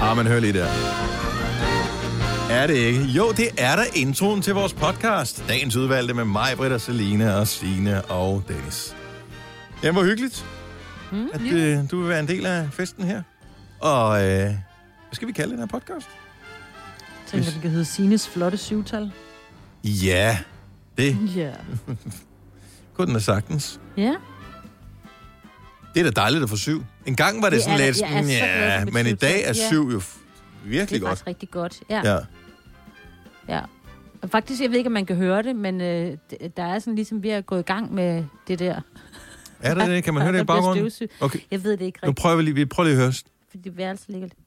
men hør lige der. Er det ikke? Jo, det er der introen til vores podcast. Dagens udvalgte med mig, Britta, Selina og Signe og Dennis. Ja, hvor hyggeligt, at du vil være en del af festen her. Og hvad skal vi kalde den her podcast? Tænker, det kan hedde Sines flotte syvtal. Ja, det Ja. kunne den da sagtens. Ja. Det er da dejligt at få 7. En gang var det sådan lidt, ja, men i dag er 7 jo virkelig det er godt. faktisk rigtig godt. Ja. Ja. Ja. Og faktisk, jeg ved ikke, om man kan høre det, men der er sådan ligesom, vi er gået i gang med det der. Er det det? Kan man høre det i baggrunden? Okay. Jeg ved det ikke rigtigt. Nu prøver vi lige at høre. Fordi værelset ligger lidt.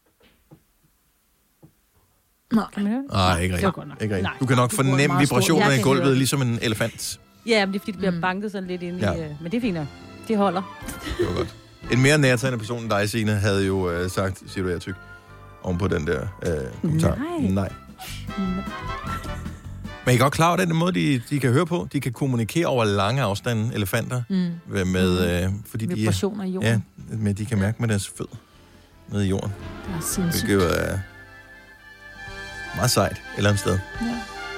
Nej. Kan man høre det? Nej, ikke rigtigt. nok. Ikke rigtigt. Nej. Du kan nok fornemme vibrationer i gulvet, ligesom en elefant. Ja, men det er fordi, det bliver banket sådan lidt ind i... Men det er fint nok. Det holder. Det var godt. En mere nærtagende person end dig, Signe, havde jo sagt, siger du, jeg er tyk, oven på den der kommentar. Nej. Men I er godt klar over den måde, de kan høre på? De kan kommunikere over lange afstande, elefanter, med, fordi vibrationer i jorden. Ja, men de kan mærke med deres fødder nede i jorden. Det er sindssygt. Det er meget sejt et eller andet sted. Ja.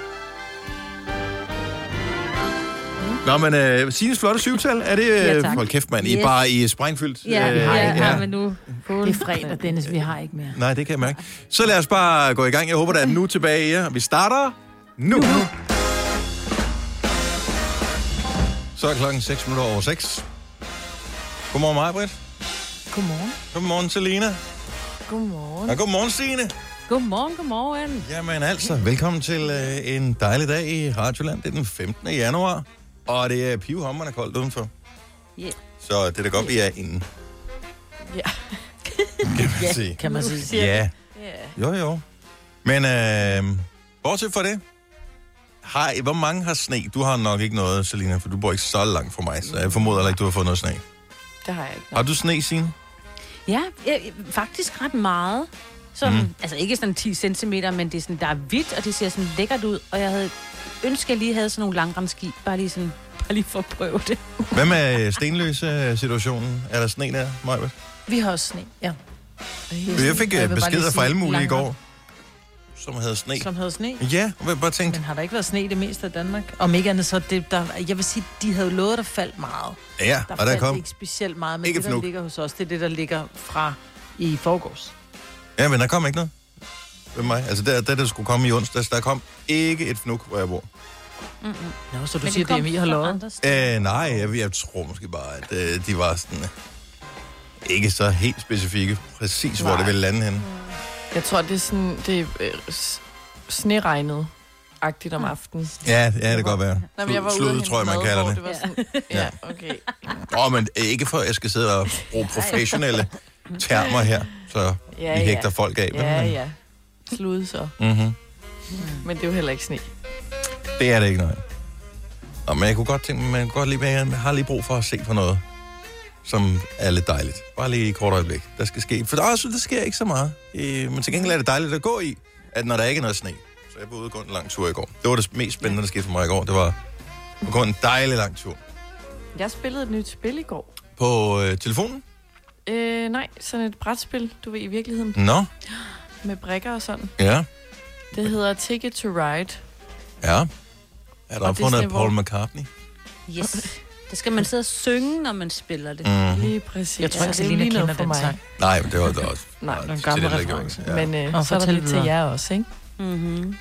Nå, men Sines flotte syvtal, er det... Ja, hold kæft, mand. I er bare i sprængfyldt. Ja, men nu... Det er fredag, Dennis, vi har ikke mere. Nej, det kan jeg mærke. Så lad os bare gå i gang. Jeg håber, der er nu tilbage i jer. Vi starter nu. Så er klokken 6:06. Godmorgen, Maj-Britt. Godmorgen. Godmorgen, Selina. Godmorgen. Og godmorgen, Signe. Godmorgen. Jamen altså, velkommen til en dejlig dag i Radioland. Det er den 15. januar, og det er pivhamrende koldt udenfor. Yeah. Så det er da godt, vi er inde. Ja. Kan man sige. Kan man sige. Ja. Ja. Jo. Men bortset fra det, hvor mange har sne? Du har nok ikke noget, Selina, for du bor ikke så langt fra mig, så jeg formoder ikke, du har fået noget sne. Det har jeg ikke. Har du sne, Signe? Ja, faktisk ret meget. Sådan, altså ikke sådan 10 centimeter, men det er sådan, der er hvidt, og det ser sådan lækkert ud. Og jeg havde ønsket, at jeg lige havde sådan nogle langrendski. Bare lige for at prøve det. Hvad med stenløse situationen? Er der sne der, Majbert? Vi har også sne, ja. Jeg fik beskeder fra alle mulige i går, som havde sne. Som havde sne? Ja, og jeg bare tænkte... Men har der ikke været sne i det meste af Danmark? Om ikke andet, så det, jeg vil sige, de havde lovet, der faldt meget. Ja, der og der kom... ikke specielt meget, men ikke det, der ligger hos os, det er det, der ligger fra i forgårs. Ja, men der kom ikke noget ved mig. Altså, der skulle komme i onsdags, der kom ikke et fnuk, hvor jeg bor. Nå, så du men siger, at DMI har lovet? Nej, jeg tror måske bare, at de var sådan... ikke så helt specifikke, præcis hvor det ville lande henne. Jeg tror, det er sådan, det er sneregnet-agtigt om aftenen. Ja, det kan godt være. Slud, tror jeg, man kalder det. Det var sådan, ja, okay. Men ikke for, at jeg skal sidde og bruge professionelle termer her, så vi hægter folk af. Ja. Slud så. Mm-hmm. Men det er jo heller ikke sne. Det er det ikke noget. Men jeg kunne godt tænke mig, jeg har lige brug for at se på noget, som er lidt dejligt. Bare lige i kort øjeblik. Der skal ske. For der sker ikke så meget. Men til gengæld er det dejligt at gå i, at når der ikke er noget sne. Så jeg var ude og gå en lang tur i går. Det var det mest spændende, der skete for mig i går. Det var at gå en dejlig lang tur. Jeg spillede et nyt spil i går. På telefonen? Nej, sådan et brætspil, du ved, i virkeligheden. Nå. Med brikker og sådan. Ja. Det hedder Ticket to Ride. Ja. Er der opfundet Paul McCartney? Yes. Det skal man sidde og synge, når man spiller det. Mm-hmm. Lige præcis. Jeg tror ikke, Selina kender den sang. Nej, men det var det også. Nej, det er en gammel reference. Ja. Men så er der lidt til jer også, ikke? Mm-hmm.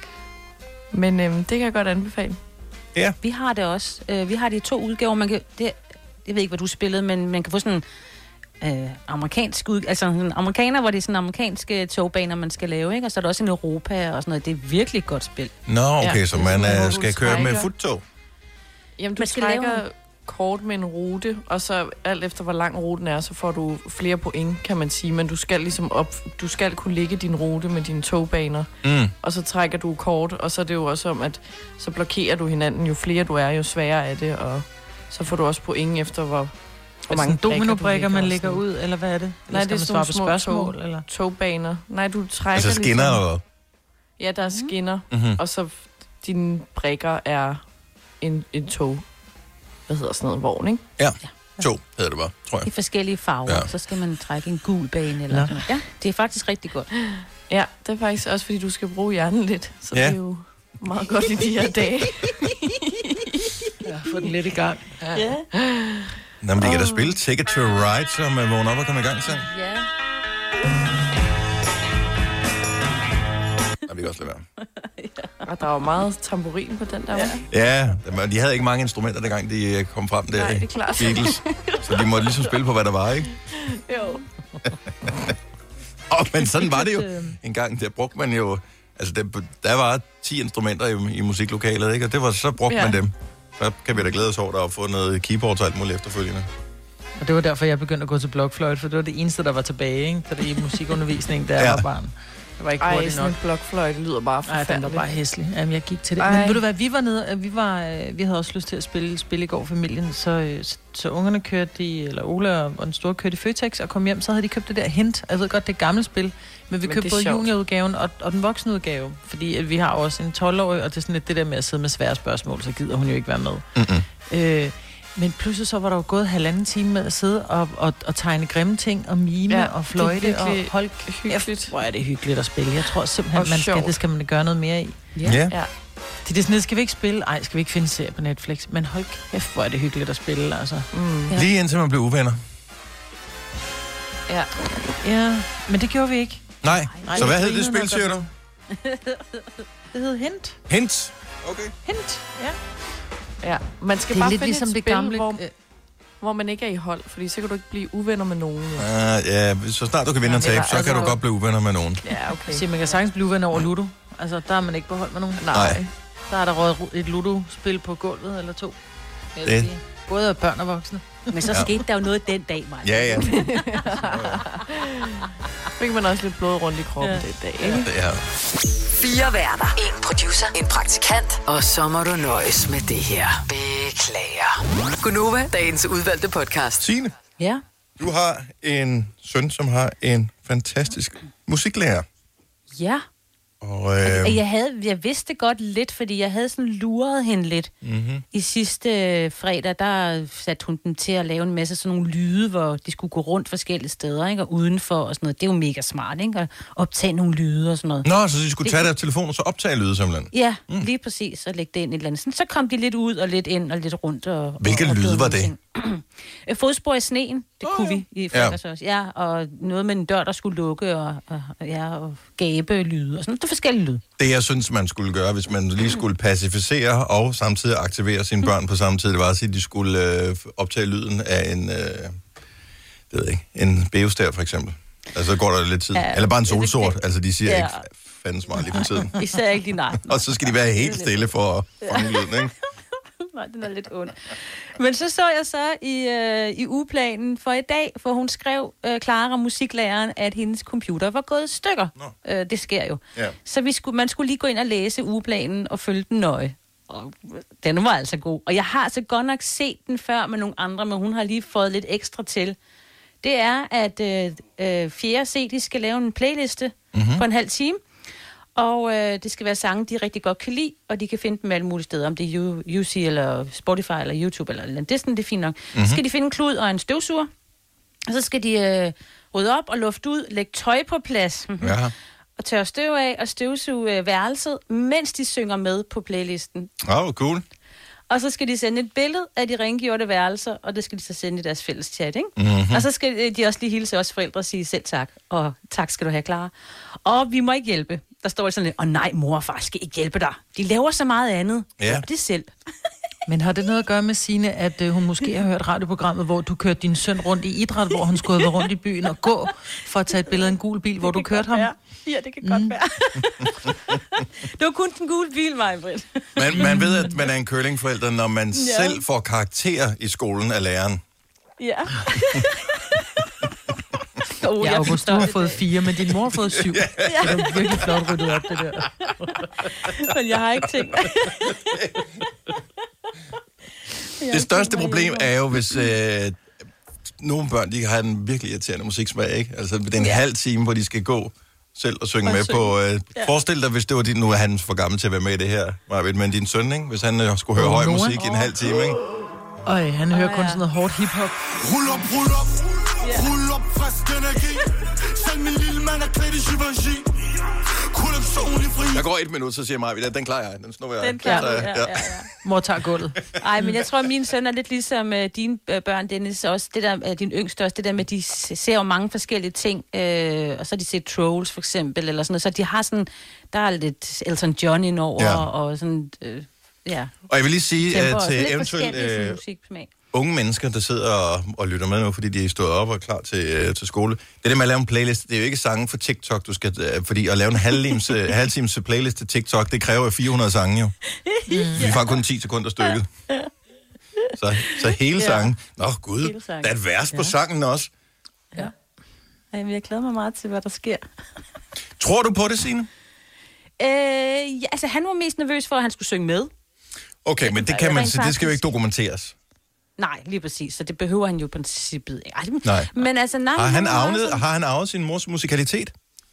Men det kan jeg godt anbefale. Ja. Vi har det også. Vi har de 2 udgaver. Man kan, jeg ved ikke, hvad du spillede, men man kan få sådan amerikansk altså sådan amerikaner, hvor det er sådan amerikanske togbaner, man skal lave, ikke? Og så er der også en Europa og sådan noget. Det er virkelig et godt spil. Nå, okay, så man skal køre med futtog? Jamen, du trækker kort med en rute, og så alt efter, hvor lang ruten er, så får du flere point, kan man sige. Men du skal ligesom du skal kunne ligge din rute med dine togbaner, og så trækker du kort, og så er det jo også om, at så blokerer du hinanden. Jo flere du er, jo sværere er det, og så får du også point efter, hvor mange dominobrikker man lægger ud, eller hvad er det? Nej, det er sådan nogle små spørgsmål, eller togbaner. Nej, du trækker altså skinner eller hvad? Ja, der er skinner, og så dine brikker er en tog, hvad hedder sådan noget, vogn, ikke? Ja. 2 hedder det bare, tror jeg. I forskellige farver, Ja. så skal man trække en gul bane eller sådan noget. Ja, det er faktisk rigtig godt. Ja, det er faktisk også, fordi du skal bruge hjernen lidt. Så Ja. det er jo meget godt i de her dage. Ja, få den lidt i gang. Ja. Nå, men de kan da spille Ticket to Ride, så man vågner op og kommer i gang selv. Ja. Nej, vi kan også lade være. Og der var meget tamburin på den der. Ja, de havde ikke mange instrumenter, dengang de kom frem der. Nej, det er klart. Beatles. Så de måtte ligesom spille på, hvad der var, ikke? Jo. Men sådan var det jo. En gang, der brugte man jo... Altså, der var 10 instrumenter i musiklokalet, ikke? Og det var, så brugte man dem. Så kan vi da glæde os over, at der har fået noget keyboard og alt muligt efterfølgende. Og det var derfor, jeg begyndte at gå til blokfløjte, for det var det eneste, der var tilbage, ikke? Så det er i musikundervisning, der var barn. Det var ikke hurtigt sådan nok. en blokfløjte lyder bare forfærdeligt. Nej, den var bare hæslig. Jamen, jeg gik til det. Men ved du hvad, vi var nede, vi havde også lyst til at spille i går, familien, så ungerne kørte eller Ola og den store kørte i Føtex og kom hjem, så havde de købt det der Hint. Jeg ved godt, det er et gammelt spil, men vi købte både juniorudgaven og den voksne udgave, fordi at vi har også en 12-årig, og det er sådan lidt det der med at sidde med svære spørgsmål, så gider hun jo ikke være med. Mm-hmm. Men pludselig så var der jo gået 1,5 time med at sidde og tegne grimme ting, og mime og fløjte og hold hyggeligt. Hvor er det hyggeligt at spille. Jeg tror simpelthen, det skal man gøre noget mere i. Ja. Det er sådan, skal vi ikke spille? Ej, skal vi ikke finde serie på Netflix? Men hold kæft, hvor er det hyggeligt at spille, altså. Ja. Lige indtil man blev uvenner. Ja, men det gjorde vi ikke. Nej. Så hvad hed det spil, siger du? Det hed Hint. Hint? Okay. Hint, ja. Ja, man skal Det er bare lidt finde ligesom et det spil, gamle... hvor man ikke er i hold, fordi så kan du ikke blive uvenner med nogen. Ja, så snart du kan vinde og tabe, så kan du godt blive uvenner med nogen. Ja, okay. Så man kan sagtens blive uvenner over Ludo. Altså, der er man ikke på hold med nogen. Nej. Der er der røget et Ludo-spil på gulvet, eller 2. Det. Både af børn og voksne. Men så skete der jo noget den dag, Maja. Ja. Fik man også lidt blod rundt i kroppen den dag, ikke? Ja. 4 værter. En producer. En praktikant. Og så må du nøjes med det her. Beklager. Gunova, dagens udvalgte podcast. Signe, Ja. du har en søn, som har en fantastisk musiklærer. Ja. Og, Jeg vidste godt lidt, fordi jeg havde sådan luret hende lidt. Mm-hmm. I sidste fredag, der satte hun dem til at lave en masse sådan nogle lyde, hvor de skulle gå rundt forskellige steder, ikke? Og udenfor og sådan noget. Det er jo mega smart, ikke? At optage nogle lyde og sådan noget. Nå, så de skulle tage deres telefon og så optage lyde simpelthen? Ja, lige præcis, og lægge det ind et eller andet. Så kom de lidt ud og lidt ind og lidt rundt. Hvilke lyde var det? Fodspor i sneen, det kunne vi i fredags også. Ja, og noget med en dør, der skulle lukke, og gabe lyde og sådan noget. Det er forskellige lyde. Det, jeg synes, man skulle gøre, hvis man lige skulle pacificere og samtidig aktivere sine børn på samme tid, det var at sige, at de skulle optage lyden af en, det ved jeg ikke, en beostær for eksempel. Altså, så går der lidt tid. Ja, eller bare en solsort. Altså, de siger ikke fanden smart lige for tiden. Især ikke din egen. Og så skal de være helt stille for at fange lyden, ikke? Nej, den er lidt ond. Men så jeg i ugeplanen for i dag, for hun skrev, Clara, musiklæreren, at hendes computer var gået i stykker. Det sker jo. Ja. Så man skulle lige gå ind og læse ugeplanen og følge den nøje. Og den var altså god. Og jeg har altså godt nok set den før med nogle andre, men hun har lige fået lidt ekstra til. Det er, at 4. C, de skal lave en playliste på en halv time. Og det skal være sange, de rigtig godt kan lide, og de kan finde dem alle mulige steder, om det er UC eller Spotify eller YouTube eller det er sådan, det er fint nok. Så skal de finde en klud og en støvsuger, og så skal de rydde op og lufte ud, lægge tøj på plads, og tørre støv af og støvsuge værelset, mens de synger med på playlisten. Cool. Og så skal de sende et billede af de rengjorte værelser, og det skal de så sende i deres fælles chat, ikke? Og så skal de også lige hilse os forældre og sige selv tak, og tak skal du have, Clara. Og vi må ikke hjælpe. Der står sådan lidt, nej, mor og far skal ikke hjælpe dig. De laver så meget andet. Ja. Det selv. Men har det noget at gøre med, Signe, at hun måske har hørt radioprogrammet, hvor du kørte din søn rundt i idræt, hvor han skulle være rundt i byen og gå for at tage et billede af en gul bil, hvor du kørte ham? Ja, det kan godt være. Det var kun den gule bil, Maj-Britt. Man ved, at man er en curlingforælder, når man selv får karakter i skolen af læreren. Ja. Ja, August, du har fået 4, men din mor har fået 7. Ja. Det er virkelig flot ryddet op, det der. Men jeg har ikke tænkt. Det største problem er jo, hvis nogle børn, de har en virkelig irriterende musiksmag, ikke? Altså, det er en halv time, hvor de skal gå selv og synge med på... Forestil dig, hvis det var din... Nu er han for gammel til at være med i det her, Marvind, men din søn, ikke? Hvis han skulle høre høj musik i en halv time, ikke? Han hører kun sådan noget hårdt hiphop. Rul op, rul op, frisk energi. Selv min lille mand er klædt i Givenchy. Kollektion i fri. Der går 1 minut, så siger mig, den klarer jeg. Den snupper jeg. Den klarer du, ja. Mor tager gulvet. Ej, men jeg tror, at min søn er lidt ligesom dine børn, Dennis, også det der, din yngste også, det der med, de ser jo mange forskellige ting, og så har de set Trolls, for eksempel, eller sådan noget, så de har sådan, der er lidt Elton John indover, og sådan, ja. Og jeg vil lige sige til eventuelt musiksmag. Unge mennesker, der sidder og lytter med nu, fordi de er stået op og er klar til skole. Det der med at lave en playlist, det er jo ikke sange for TikTok, du skal, fordi at lave en halvtimes playlist til TikTok, det kræver 400 sange jo. Vi får kun 10 sekunder stykket. Så hele sangen. Nå gud, der er et vers på sangen også. Ja. Jeg glæder mig meget til, hvad der sker. Tror du på det, Signe? Ja, altså han var mest nervøs for, at han skulle synge med. Okay, men det kan man sige, det skal jo ikke dokumenteres. Nej, lige præcis. Så det behøver han jo i princippet ikke. Nej. Men altså, nej. Har han arvet sin mors musikalitet?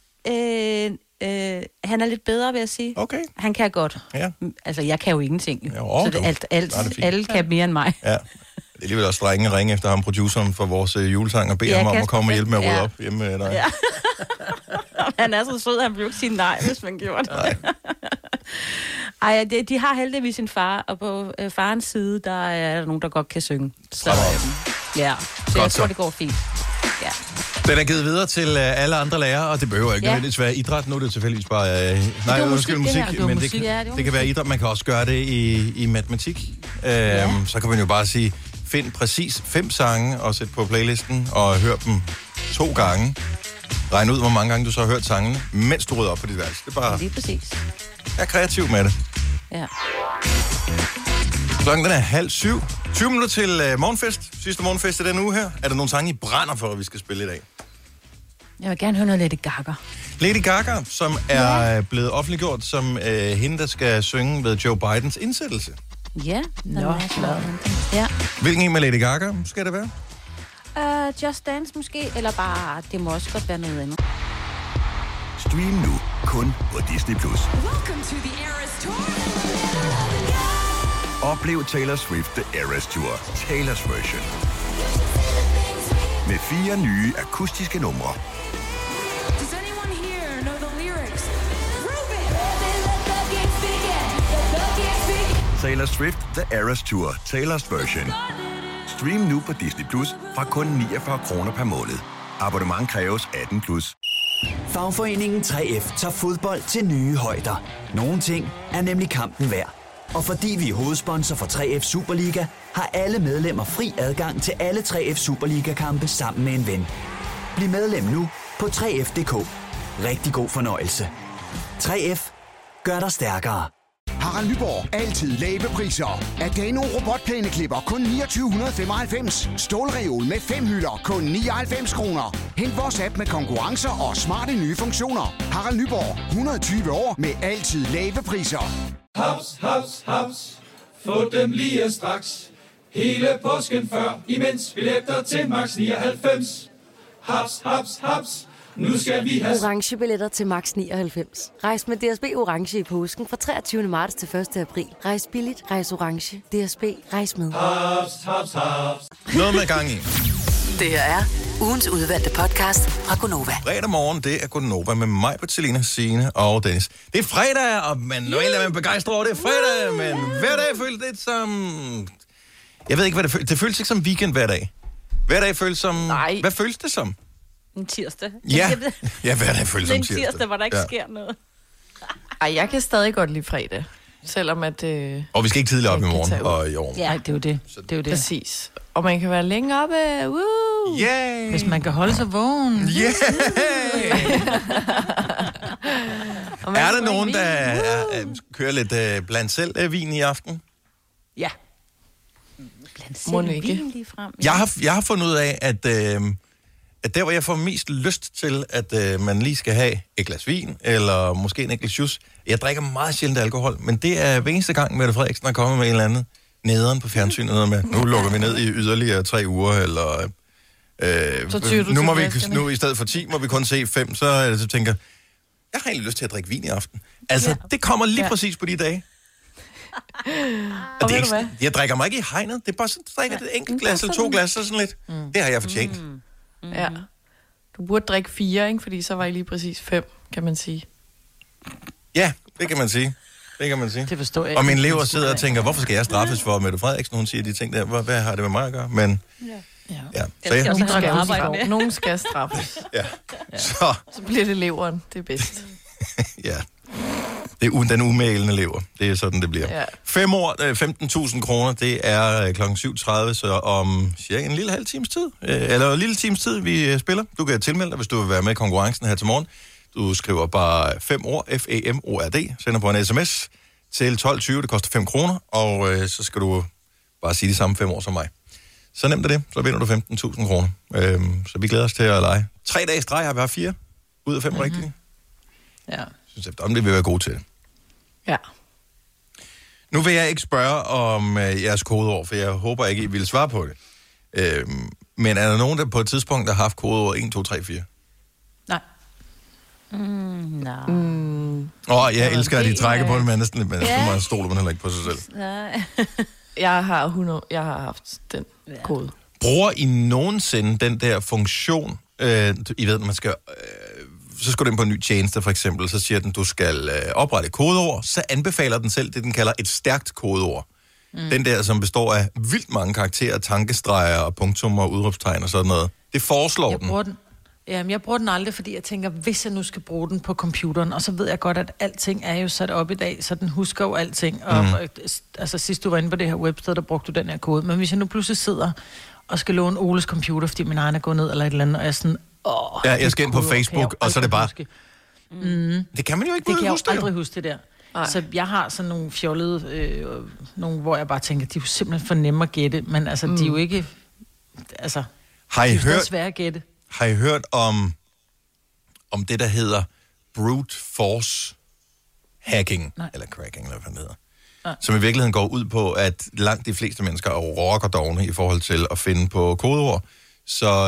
Han er lidt bedre, vil jeg sige. Okay. Han kan godt. Ja. Altså, jeg kan jo ingenting. Jo, så det alle kan mere end mig. Ja. Det er alligevel også strenge ringe efter ham, produceren for vores julesang, og bede ham om at komme og hjælpe med at rydde op hjemme med dig. Ja. Han er så sød, han ville ikke sige nej, hvis man gjorde det. Ej, de har heldigvis en far, og på farens side, der er nogen, der godt kan synge. Så jeg tror, det går fint. Ja. Den er givet videre til alle andre lærere, og det behøver ikke nødvendigvis være idræt. Nu er det tilfældigvis bare... musik, men det kan være idræt. Man kan også gøre det i matematik. Så kan man jo bare sige, find præcis 5 sange og sæt på playlisten, og hør dem 2 gange. Regn ud, hvor mange gange du så har hørt sangene, mens du rydder op på dit værelse. Det er bare... Lige præcis. Jeg er kreativ med det. Ja. Klokken den er 6:30. 20 minutter til morgenfest. Sidste morgenfest i den uge her. Er der nogle sange, I brænder for, at vi skal spille i dag? Jeg vil gerne høre noget Lady Gaga. Lady Gaga, som er blevet offentliggjort som hende, der skal synge ved Joe Bidens indsættelse. Ja, ja. Hvilken en med Lady Gaga skal det være? Just Dance måske, eller bare, det må også godt være noget andet. Stream nu kun på Disney+. Oplev Taylor Swift The Eras Tour, Taylor's version. Med 4 nye akustiske numre. Taylor Swift The Eras Tour, Taylor's version. Stream nu på Disney Plus fra kun 49 kroner per måned. Abonnement kræves 18+. Fagforeningen 3F tager fodbold til nye højder. Nogle ting er nemlig kampen værd. Og fordi vi er hovedsponsor for 3F Superliga, har alle medlemmer fri adgang til alle 3F Superliga-kampe sammen med en ven. Bliv medlem nu på 3F.dk. Rigtig god fornøjelse. 3F gør dig stærkere. Harald Nyborg. Altid lave priser. Adano robotplæneklipper kun 2995. Stålreol med 5 hylder kun 99 kroner. Hent vores app med konkurrencer og smarte nye funktioner. Harald Nyborg. 120 år med altid lave priser. Haps, haps, haps. Få dem lige straks. Hele påsken før, imens billetter til max 99. Haps, haps, haps. Nu skal vi have orange billetter til max 99. Rejs med DSB Orange i påsken fra 23. marts til 1. april. Rejs billigt, rejs orange. DSB, rejs med. Haps, haps, haps. Noget med gang i. Det her er ugens udvalgte podcast fra Gonova. Fredag morgen, det er Gonova med mig, Bettelina, Signe og Dennis. Det er fredag, og man er man begejstret over, det er fredag, men hver dag føles det som... Jeg ved ikke, hvad det føles. Det føles ikke som weekend hver dag. Hver dag føles som... Nej. Hvad føles det som? En tirsdag. Ja, hver dag føles som tirsdag. En tirsdag, hvor der ikke sker noget. Ej, jeg kan stadig godt lide fredag. Selvom at... Og vi skal ikke tidligere op i morgen og i år. Ja, det er jo det. Det er jo det. Præcis. Og man kan være længe oppe. Woo! Yeah! Hvis man kan holde sig vågen. Yeah! Er der nogen, der kører lidt blandt selv vin i aften? Ja. Blandt selv vin lige frem. Jeg har fundet ud af, at der, hvor jeg får mest lyst til, at man lige skal have et glas vin, eller måske en enkelt juice. Jeg drikker meget sjældent alkohol, men det er hver eneste gang, Mette Frederiksen er kommet med en eller anden nederen på fjernsynet, noget med, nu lukker vi ned i yderligere 3 uger, eller nu må vi, nu i stedet for 10, må vi kun se 5, så tænker jeg har egentlig lyst til at drikke vin i aften. Altså, det kommer lige præcis på de dage. Og det er ikke, jeg drikker mig ikke i hegnet. Det er bare sådan, drikker et enkelt glas eller 2 glas, så sådan lidt. Det har jeg fortjent. Ja. Du burde drikke 4, ikke? Fordi så var I lige præcis 5, kan man sige. Ja, det kan man sige. Det forstår jeg. Og min lever sidder og tænker, hvorfor skal jeg straffes for Mette Frederiksen? Hun siger de ting der, hvad har det med mig at gøre? Men ja. Så nogen skal straffes. Ja. Så bliver det leveren, det er bedst. Ja. Det er den umælende lever. Det er sådan, det bliver. Ja. 5 år, 15.000 kroner, det er kl. 7.30, så om cirka en lille halv times tid, eller en lille times tid, vi spiller. Du kan tilmelde dig, hvis du vil være med i konkurrencen her til morgen. Du skriver bare 5 ord, FEMORD, sender på en sms til 12.20, det koster 5 kroner, og så skal du bare sige de samme 5 år som mig. Så nemt er det, så vinder du 15.000 kroner. Så vi glæder os til at lege. 3 dage streg har vi haft 4 ud af 5 rigtige. Ja. Jeg synes efterhånden, vi vil være gode til det. Ja. Nu vil jeg ikke spørge om jeres kodeord, for jeg håber ikke, I vil svare på det. Men er der nogen, der på et tidspunkt har haft kodeord 1, 2, 3, 4? Nej. Nej. Jeg elsker, at I trækker på det, men næsten lidt, men så meget stoler man heller ikke på sig selv. Nej. Jeg har haft den kode. Bruger I nogensinde den der funktion, I ved, man skal... så skal du ind på en ny tjeneste, for eksempel, så siger den, du skal oprette et kodeord, så anbefaler den selv det, den kalder et stærkt kodeord. Den der, som består af vildt mange karakterer, tankestreger og punktummer og udråbstegn og sådan noget. Det foreslår den. Jamen, jeg bruger den aldrig, fordi jeg tænker, hvis jeg nu skal bruge den på computeren, og så ved jeg godt, at alting er jo sat op i dag, så den husker jo alting. Og, altså, sidst du var inde på det her websted, der brugte du den her kode. Men hvis jeg nu pludselig sidder og skal låne Oles computer, fordi min egen er gået ned eller et eller andet, og jeg er sådan, jeg skal ind på Facebook, og så er det bare... Det kan man jo ikke huske. Det kan jeg jo aldrig huske, det der. Ej. Så jeg har sådan nogle fjollede, nogle, hvor jeg bare tænker, de er jo simpelthen for nemme at gætte, men altså, de er jo ikke... Altså, har I hørt, svære at gætte. Har I hørt om det, der hedder brute force hacking, eller cracking, eller hvad det hedder? Nej. Som i virkeligheden går ud på, at langt de fleste mennesker er rockerdovne i forhold til at finde på kodeord. Så,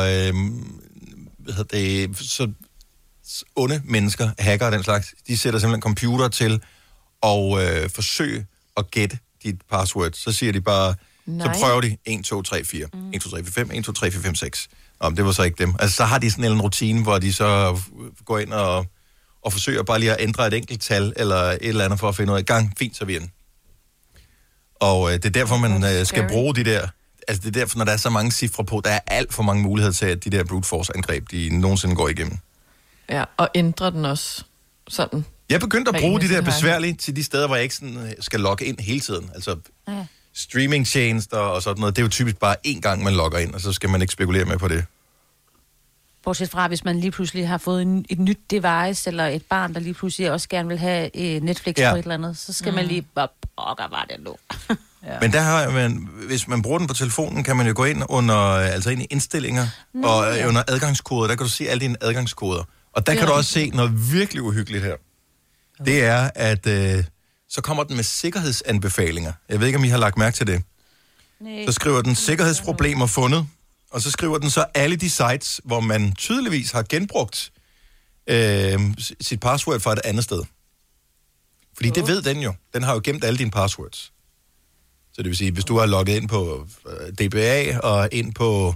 så onde mennesker, hacker og den slags, de sætter simpelthen computer til at forsøge at gætte dit password. Så siger de bare, så prøver de 1, 2, 3, 4, 1, 2, 3, 4, 5, 1, 2, 3, 4, 5, 6. Det var så ikke dem. Altså, så har de sådan en rutine, hvor de så går ind og forsøger bare lige at ændre et enkelt tal, eller et eller andet for at finde ud af gang. Fint, så vi ind. Og det er derfor, man skal bruge de der... Altså, det er derfor, når der er så mange cifre på, der er alt for mange muligheder til, at de der brute force-angreb, de nogensinde går igennem. Ja, og ændre den også sådan. Jeg begyndte at bruge de der besværlige til de steder, hvor jeg ikke sådan skal logge ind hele tiden. Altså... streamingtjenester og sådan noget, det er jo typisk bare én gang, man logger ind, og så skal man ikke spekulere med på det. Bortset fra, hvis man lige pludselig har fået et nyt device, eller et barn, der lige pludselig også gerne vil have Netflix på et eller andet, så skal man lige bare, var det nu. Men der har man, hvis man bruger den på telefonen, kan man jo gå ind ind i indstillinger, og under adgangskoder, der kan du se alle dine adgangskoder. Og der kan du også se noget virkelig uhyggeligt her. Det er, at så kommer den med sikkerhedsanbefalinger. Jeg ved ikke, om I har lagt mærke til det. Nej. Så skriver den sikkerhedsproblemer fundet, og så skriver den så alle de sites, hvor man tydeligvis har genbrugt sit password fra et andet sted. Fordi det ved den jo. Den har jo gemt alle dine passwords. Så det vil sige, hvis du har logget ind på DBA og ind på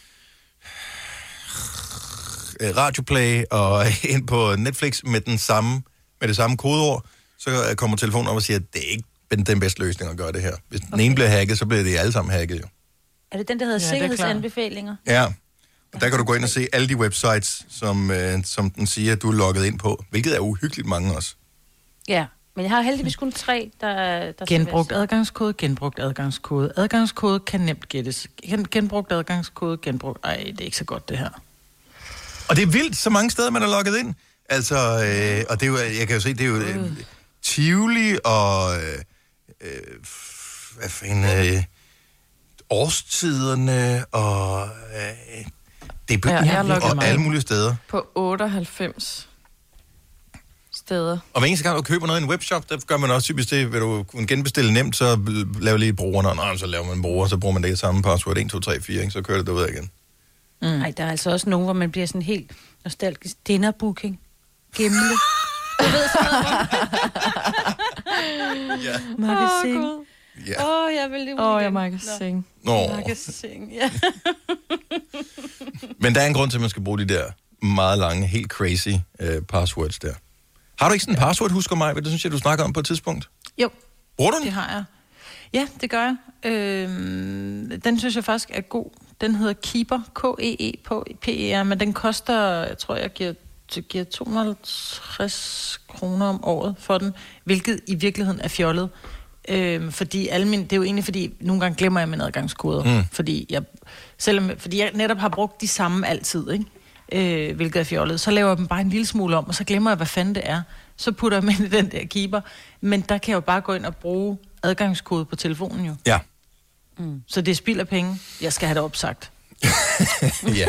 Radioplay og ind på Netflix med det samme kodeord, så kommer telefonen op og siger, at det er ikke den bedste løsning at gøre det her. Hvis den ene bliver hacket, så bliver det alle sammen hacket jo. Er det den, der hedder sikkerhedsanbefalinger? Ja, og der kan du gå ind og se alle de websites, som den siger, at du er logget ind på, hvilket er uhyggeligt mange også. Ja, men jeg har heldigvis kun 3, der genbrugt adgangskode, genbrugt adgangskode. Adgangskode kan nemt gættes. Genbrugt adgangskode, genbrugt... Ej, det er ikke så godt, det her. Og det er vildt, så mange steder, man er logget ind. Altså, og det er jo, jeg kan jo se, det er jo Tivoli og årstiderne og det er og alle mulige steder. På 98 steder. Og hver eneste gang du køber noget i en webshop, der gør man også typisk det, vil du kunne genbestille nemt, så laver lige brugeren, og så laver man en bruger, så bruger man det samme password, 1, 2, 3, 4, ikke? Så kører det derud igen. Nej, der er altså også nogen, hvor man bliver sådan helt nostalgisk. Dinnerbooking. Gimle. Du ved sådan noget. Ja. Magasin. Ja. Jeg vil det ud jeg magasin. Magasin, ja. Men der er en grund til, at man skal bruge de der meget lange, helt crazy passwords der. Har du ikke sådan en password, husker mig? Det synes jeg, du snakker om på et tidspunkt. Jo. Bruger du den? Det har jeg. Ja, det gør jeg. Den synes jeg faktisk er god. Den hedder Keeper, K-E-E-P-E-R, men den koster, jeg tror, jeg giver 250 kroner om året for den, hvilket i virkeligheden er fjollet. Fordi det er jo egentlig, fordi nogle gange glemmer jeg mine adgangskoder, fordi jeg netop har brugt de samme altid, ikke? Hvilket er fjollet. Så laver jeg dem bare en lille smule om, og så glemmer jeg, hvad fanden det er. Så putter jeg dem ind i den der Keeper. Men der kan jeg jo bare gå ind og bruge adgangskode på telefonen jo. Ja. Så det spilder penge. Jeg skal have det opsagt. Ja.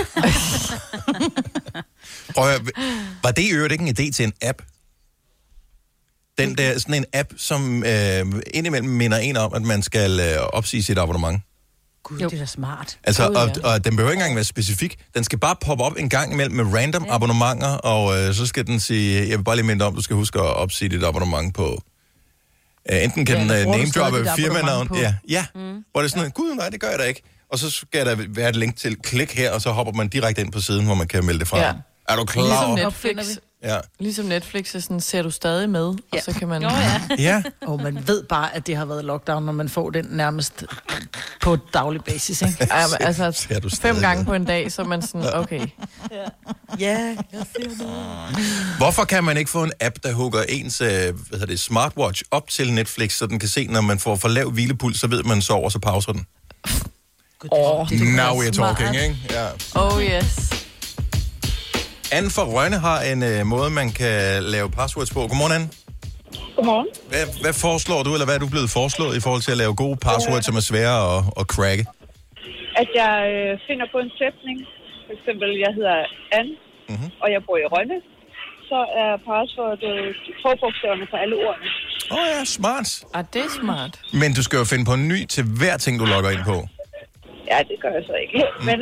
Prøv at, var det i øvrigt ikke en idé til en app? Den der, sådan en app, som indimellem minder en om, at man skal opsige sit abonnement. Gud, det er da smart. Altså, og den behøver ikke engang være specifik. Den skal bare poppe op en gang imellem med random abonnementer, og så skal den sige, jeg vil bare lige minde om, du skal huske at opsige dit abonnement på... enten kan den name-droppe firmanavn, hvor det er sådan, gud nej, det gør jeg da ikke. Og så skal der være et link til klik her, og så hopper man direkte ind på siden, hvor man kan melde det fra. Ja. Er du klar? Ligesom Netflix. Ja. Ligesom Netflix er sådan, ser du stadig med, og så kan man... Ja. Og man ved bare, at det har været lockdown, når man får den nærmest på daglig basis, ikke? Ja, men altså 5 gange på en dag, så er man sådan, okay. Ja, jeg ser det. Hvorfor kan man ikke få en app, der hugger ens smartwatch op til Netflix, så den kan se, når man får for lav hvilepuls, så ved man sover, så pauser den? Now we're talking, ikke? Ja. Oh yes. Anne fra Rønne har en måde, man kan lave passwords på. Godmorgen, Anne. Godmorgen. Hvad foreslår du, eller hvad er du blevet foreslået i forhold til at lave gode passwords, som er svære at cracke? At jeg finder på en sætning. For eksempel, jeg hedder Anne, og jeg bor i Rønne. Så er passwordet forbogstaverne på alle ordene. Ja, smart. Det er smart. Men du skal jo finde på en ny til hver ting, du logger ind på. Ja, det gør jeg så ikke. Men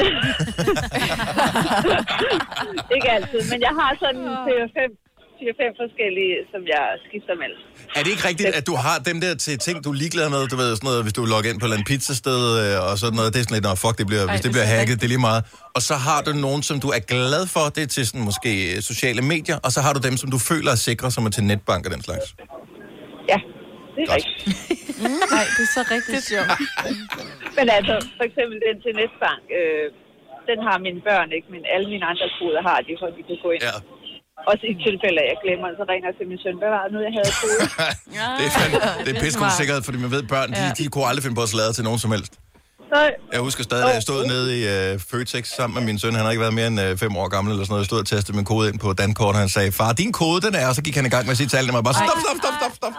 ikke altid. Men jeg har sådan 4-5 forskellige, som jeg skifter mellem. Er det ikke rigtigt, at du har dem der til ting, du er ligeglad med? Du ved, sådan noget, hvis du logger ind på et pizzasted og sådan noget. Det er sådan lidt, hvis det bliver hacket, det er lige meget. Og så har du nogen, som du er glad for. Det er til sådan måske sociale medier. Og så har du dem, som du føler er sikre, som er til netbank og den slags. Ja, det er rigtigt. Nej, det er så rigtigt, jo. Men altså, for eksempel den til netbank, den har mine børn ikke, men alle mine andre koder har de, for de kan gå ind. Ja. Også i tilfælde, at jeg glemmer, så ringer jeg til min søn. Hvad var det nu, jeg havde kodet? Det er pissegod sikkerhed, fordi man ved, børn, de kunne aldrig finde på at sladre til nogen som helst. Nej. Jeg husker stadig, da jeg stod nede i Føtex sammen med min søn. Han har ikke været mere end 5 år gammel eller sådan noget. Jeg stod og tastede min kode ind på dankort, og han sagde, far, din kode, den er, og så gik han i gang med at sige tallene. Og bare, stop.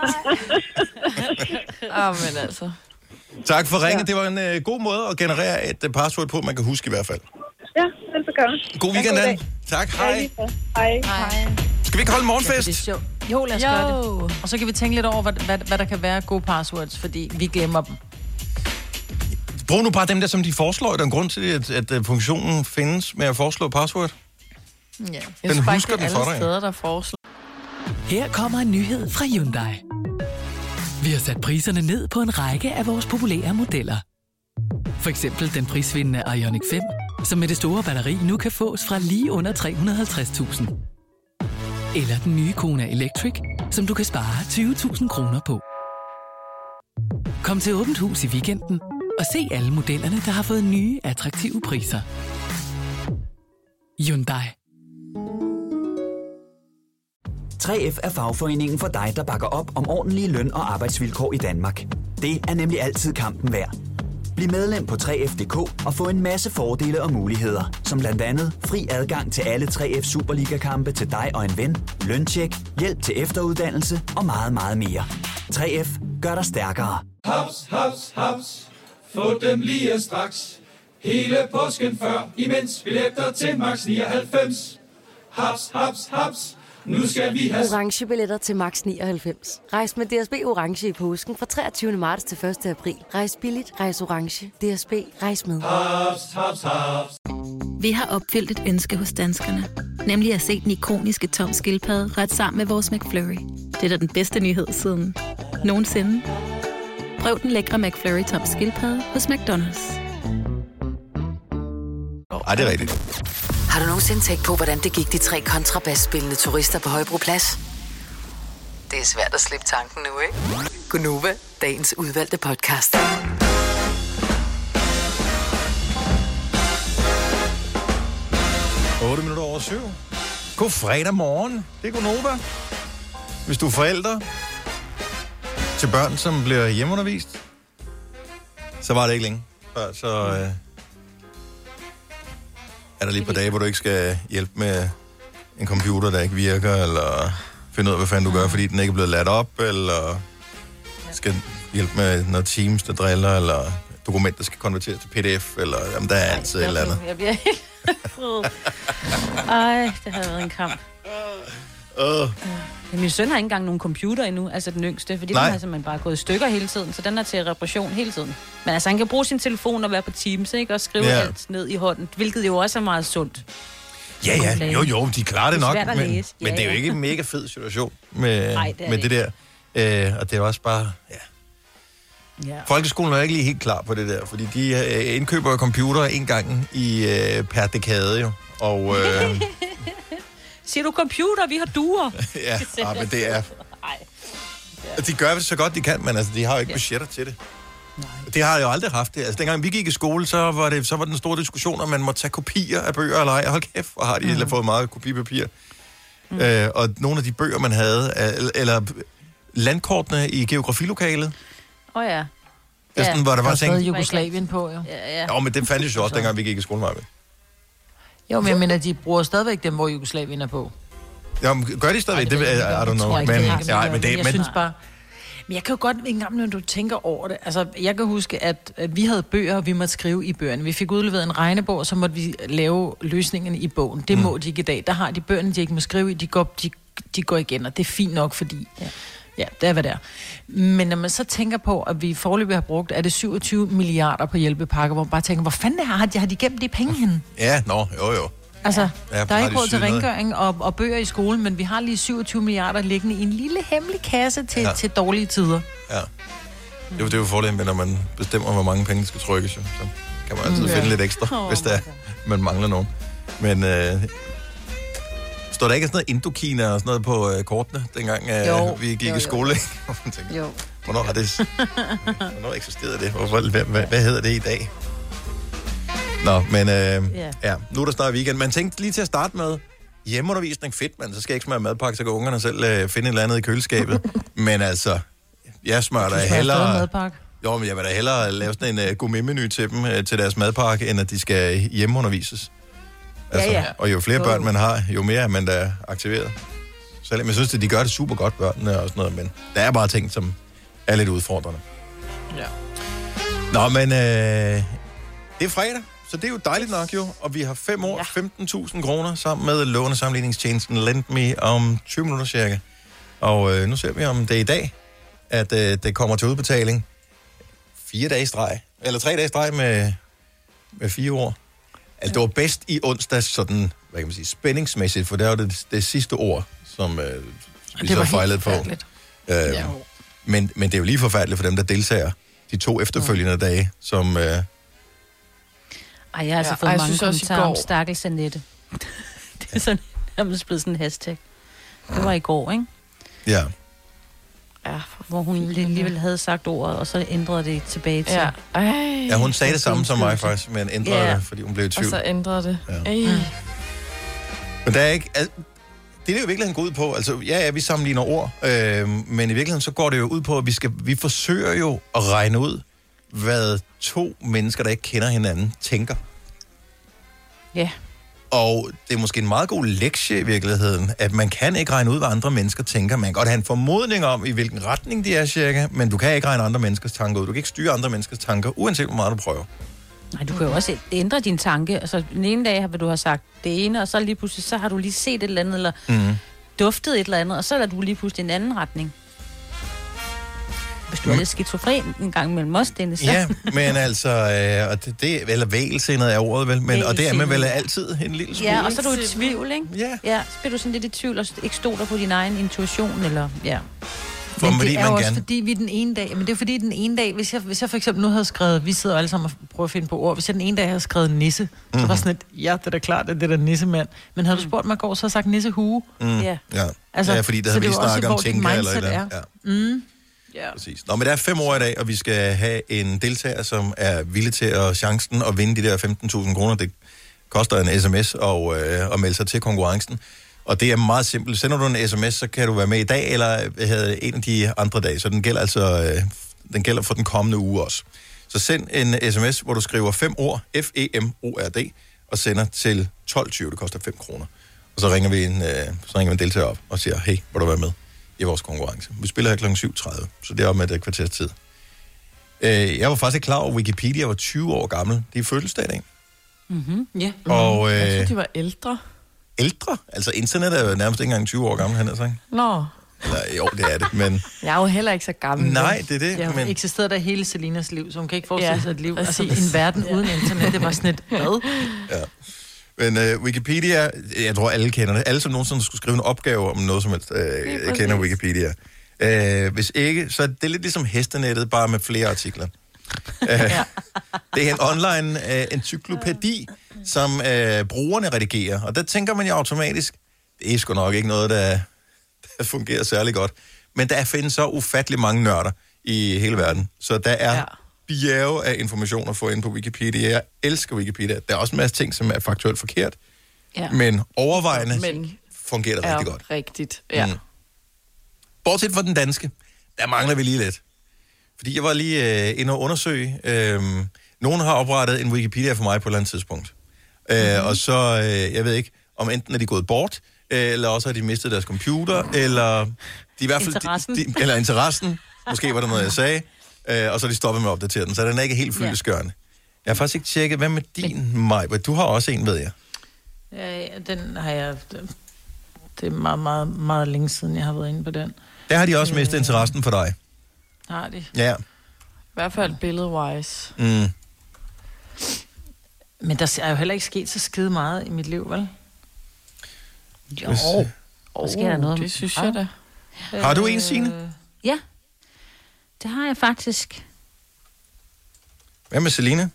Men altså... Tak for ringet. Det var en god måde at generere et password på, man kan huske i hvert fald. Ja, velbekomme. God weekend, Dan. Tak, hej. Hej. Skal vi ikke holde morgenfest? Jo, lad os gøre det. Og så kan vi tænke lidt over, hvad der kan være gode passwords, fordi vi glemmer dem. Brug nu bare dem der, som de foreslår. Der er en grund til, at funktionen findes med at foreslå password. Ja. Den husker den for dig. Steder, der foreslår. Her kommer en nyhed fra Hyundai. Vi har sat priserne ned på en række af vores populære modeller. For eksempel den prisvindende Ioniq 5, som med det store batteri nu kan fås fra lige under 350.000. Eller den nye Kona Electric, som du kan spare 20.000 kroner på. Kom til Åbent Hus i weekenden og se alle modellerne, der har fået nye, attraktive priser. Hyundai. 3F er fagforeningen for dig, der bakker op om ordentlige løn- og arbejdsvilkår i Danmark. Det er nemlig altid kampen værd. Bliv medlem på 3F.dk og få en masse fordele og muligheder, som blandt andet fri adgang til alle 3F Superliga-kampe til dig og en ven, løntjek, hjælp til efteruddannelse og meget, meget mere. 3F gør dig stærkere. Haps, haps, haps. Få dem lige straks. Hele påsken før, imens billetter til max 99. Haps, haps, haps. Nu skal vi have orange billetter til max 99. Rejs med DSB orange i påsken fra 23. marts til 1. april. Rejs billigt, rejs orange. DSB, rejs med. Haps, haps, haps. Vi har opfyldt et ønske hos danskerne, nemlig at se den ikoniske Tom Skildpadde ret sammen med vores McFlurry. Det er da den bedste nyhed siden nogensinde. Prøv den lækre McFlurry Tom Skildpadde hos McDonald's. Ej, det er rigtigt. Har du nogensinde tænkt på, hvordan det gik de 3 kontrabasspillende turister på Højbroplads? Det er svært at slippe tanken nu, ikke? Gunova, dagens udvalgte podcast. 8 minutter over 7. God fredag morgen. Det er Gunova. Hvis du er forældre til børn, som bliver hjemmeundervist, så var det ikke længe før, så er der lige et par dage, hvor du ikke skal hjælpe med en computer, der ikke virker, eller finde ud af, hvad fanden du gør, fordi den ikke er blevet ladt op, eller skal hjælpe med noget Teams, der driller, eller dokument, der skal konverteres til PDF, eller jamen, der er altid et eller andet. Jeg bliver helt ej, det har været en kamp. Min søn har ikke engang nogen computer endnu, altså den yngste, fordi den har simpelthen bare gået i stykker hele tiden, så den er til reparation hele tiden. Men altså, han kan bruge sin telefon og være på Teams, ikke? Og skrive alt ned i hånden, hvilket jo også er meget sundt. Ja, jo, de klarer det nok, men det er jo ikke en mega fed situation med det der. Og det er også bare, Folkeskolen er ikke lige helt klar på det der, fordi de indkøber computer en gang per dekade jo, og... Siger du computer, vi har duer. Men det er... De gør det så godt, de kan, men altså, de har jo ikke budgetter til det. Nej. Det har jeg jo aldrig haft det. Altså, dengang vi gik i skole, så var den store diskussion, om man må tage kopier af bøger eller ej. Hold kæft, hvor har de fået meget kopipapir. Og nogle af de bøger, man havde, eller landkortene i geografilokalet. Ja. Det sådan, hvor der var ting... Jugoslavien på, jo. Ja, men det fandtes jo også, dengang vi gik i skole, Maja. Jo, men jeg mener, de bruger stadigvæk dem, hvor Jugoslavien er på. Ja, men gør de stadigvæk? Det I don't know. Men jeg synes bare... Men jeg kan jo godt en gang, når du tænker over det. Altså, jeg kan huske, at vi havde bøger, og vi måtte skrive i bøgerne. Vi fik udleveret en regnebog, og så måtte vi lave løsningen i bogen. Det må de ikke i dag. Der har de bøgerne, de ikke må skrive i. De går igen, og det er fint nok, fordi... Ja, det er, hvad det er. Men når man så tænker på, at vi foreløbig har brugt, er det 27 milliarder på hjælpepakker, hvor man bare tænker, hvor fanden har de gemt de penge henne? Ja, jo. Altså, der er ikke råd til rengøring og bøger i skolen, men vi har lige 27 milliarder liggende i en lille hemmelig kasse til dårlige tider. Ja. Det er jo fordelen, når man bestemmer, hvor mange penge der skal trykkes, så kan man altid finde lidt ekstra, hvis man mangler nogen. Men står der ikke sådan noget Indokina og sådan noget på kortene, dengang vi gik i skole? Jo. Hvornår eksisterede det? Hvad hedder det i dag? Nå, men nu er der snart weekend. Man tænkte lige til at starte med hjemmeundervisning. Fedt, man. Så skal jeg ikke smøre madpakke, så kan ungerne selv finde et eller andet i køleskabet. Men altså, jeg smører da hellere... Jo, men jeg vil da hellere lave sådan en gourmet-menu til dem, til deres madpakke, end at de skal hjemmeundervises. Altså, og jo flere børn man har, jo mere er man da aktiveret. Selvom jeg synes, at de gør det super godt, børnene og sådan noget, men der er bare ting, som er lidt udfordrende. Ja. Nå, men det er fredag, så det er jo dejligt nok jo, og vi har 5 år, 15.000 kroner sammen med lånesamligningstjenesten LendMe om 20 minutter cirka. Og nu ser vi, om det er i dag, at det kommer til udbetaling 4 dage i streg, eller 3 dage i streg med 4 år. Altså, det var bedst i onsdags, sådan, hvad kan man sige, spændingsmæssigt, for det var det sidste ord, som vi så fejlede på. Men det er jo lige forfærdeligt for dem, der deltager de 2 efterfølgende dage, som... jeg har altså fået mange kommentarer om stakkels Annette. Det er sådan, nærmest blevet sådan en hashtag. Det var i går, ikke? Ja. Hvor hun alligevel havde sagt ordet, og så ændrede det tilbage til... Ja, hun sagde det samme som mig faktisk, men ændrede det, fordi hun blev i tvivl. Og så ændrede det. Men der er ikke... Det er jo virkelig går ud på, altså vi sammenligner ord, men i virkeligheden så går det jo ud på, at vi forsøger jo at regne ud, hvad 2 mennesker, der ikke kender hinanden, tænker. Ja. Og det er måske en meget god lektie i virkeligheden, at man kan ikke regne ud, hvad andre mennesker tænker. Man kan godt have en formodning om, i hvilken retning de er cirka, men du kan ikke regne andre menneskers tanker ud. Du kan ikke styre andre menneskers tanker, uanset hvor meget du prøver. Nej, du kan jo også ændre din tanke. Altså, den ene dag vil du have sagt det ene, og så lige pludselig, så har du lige set et eller andet, eller duftet et eller andet, og så er du lige pludselig en anden retning. Hvis du er lidt skizofren en gang mellem os, Dennis. Ja, men altså, eller vælsindet er ordet vel, men, og det er man vel altid en lille smule. Ja, og så er du i tvivl, ikke? Ja. Ja, så bliver du sådan lidt i tvivl, og ikke stoler på din egen intuition, eller Men det er også fordi, vi den ene dag... Men det er fordi, den ene dag... Hvis jeg for eksempel nu havde skrevet... Vi sidder alle sammen og prøver at finde på ord. Hvis jeg den ene dag havde skrevet nisse, så var sådan et... Ja, det er da klart, at det er der nissemand. Men havde du spurgt mig i går, så havde jeg sagt nissehue. Ja. Altså, ja, fordi der har vi snakket om tænker eller et eller andet. Ja. Præcis. Nå, men der er 5 år i dag, og vi skal have en deltager, som er villig til at chancen at vinde de der 15.000 kroner. Det koster en sms at melde sig til konkurrencen. Og det er meget simpelt. Sender du en sms, så kan du være med i dag, eller en af de andre dage. Så den gælder altså den gælder for den kommende uge også. Så send en sms, hvor du skriver 5 ord, FEMORD, og sender til 12.20. Det koster 5 kroner. Og så ringer vi en deltager op og siger, hey, vil du være med i vores konkurrence? Vi spiller her kl. 7.30, så det er op med et kvarters tid. Jeg var faktisk ikke klar over, at Wikipedia var 20 år gammel. Det er fødselsdag i dag. Mm-hmm. Ja. Og, jeg tror, de var ældre. Ældre? Altså, internet er jo nærmest ikke engang 20 år gammel, han har sagt. Nå. Eller, jo, det er det, men... Jeg er jo heller ikke så gammel. Nej, det er det. Jeg har men... eksisteret der hele Selinas liv, så hun kan ikke forestille sig et liv. Altså, en verden uden internet, det var sådan et hvad? Ja. Men Wikipedia, jeg tror, alle kender det. Alle, som nogensinde skulle skrive en opgave om noget som helst, kender Wikipedia. Hvis ikke, så er det lidt ligesom hestenettet, bare med flere artikler. Det er en online encyklopædi, som brugerne redigerer. Og der tænker man jo automatisk, det er sgu nok ikke noget, der fungerer særlig godt. Men der findes så ufattelig mange nørder i hele verden. Så der er bjerge af information at få ind på Wikipedia. Jeg elsker Wikipedia. Der er også en masse ting, som er faktuelt forkert. Ja. Men overvejende fungerer det rigtig godt. Rigtigt, ja. Bortset fra den danske, der mangler vi lige lidt. Fordi jeg var lige inde og undersøge. Nogen har oprettet en Wikipedia for mig på et eller andet tidspunkt. Og så, jeg ved ikke, om enten er de gået bort, eller også har de mistet deres computer, eller de i hvert fald eller interessen. Måske var der noget, jeg sagde. Og så er de stoppet med at opdatere den, så den er ikke helt fyldestgørende. Jeg har faktisk ikke tjekket, hvad med din Maj? Du har også en, ved jeg. Ja, den har jeg... Det er meget, meget, meget længe siden, jeg har været inde på den. Der har de også mistet interessen for dig. Har de? Ja. I hvert fald billed-wise. Men der er jo heller ikke sket så skide meget i mit liv, vel? Jo. Der sker der noget. Det synes jeg da. Har du en, Signe? Ja. Det har jeg faktisk. Hvad med Selina?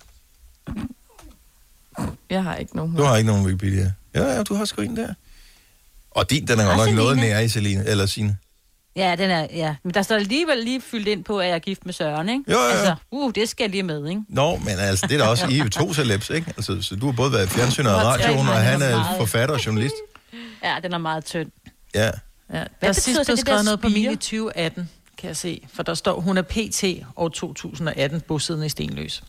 Jeg har ikke nogen. Du har ikke nogen Wikipedia. Ja, du har sgu en der. Og den er nok noget nære i Selina, eller Signe. Ja, den er, ja. Men der står alligevel lige fyldt ind på, at jeg er gift med Søren, ikke? Jo. Altså, det skal jeg lige med, ikke? Nå, men altså, det er da også I to celebs, ikke? Altså, så du har både været i fjernsynet og radioen, og han er forfatter og journalist. Ja, den er meget tynd. Ja. Der er sidst blevet skrevet noget på min i 2018, kan jeg se. For der står, hun er PT år 2018, bosiddende i Stenløs.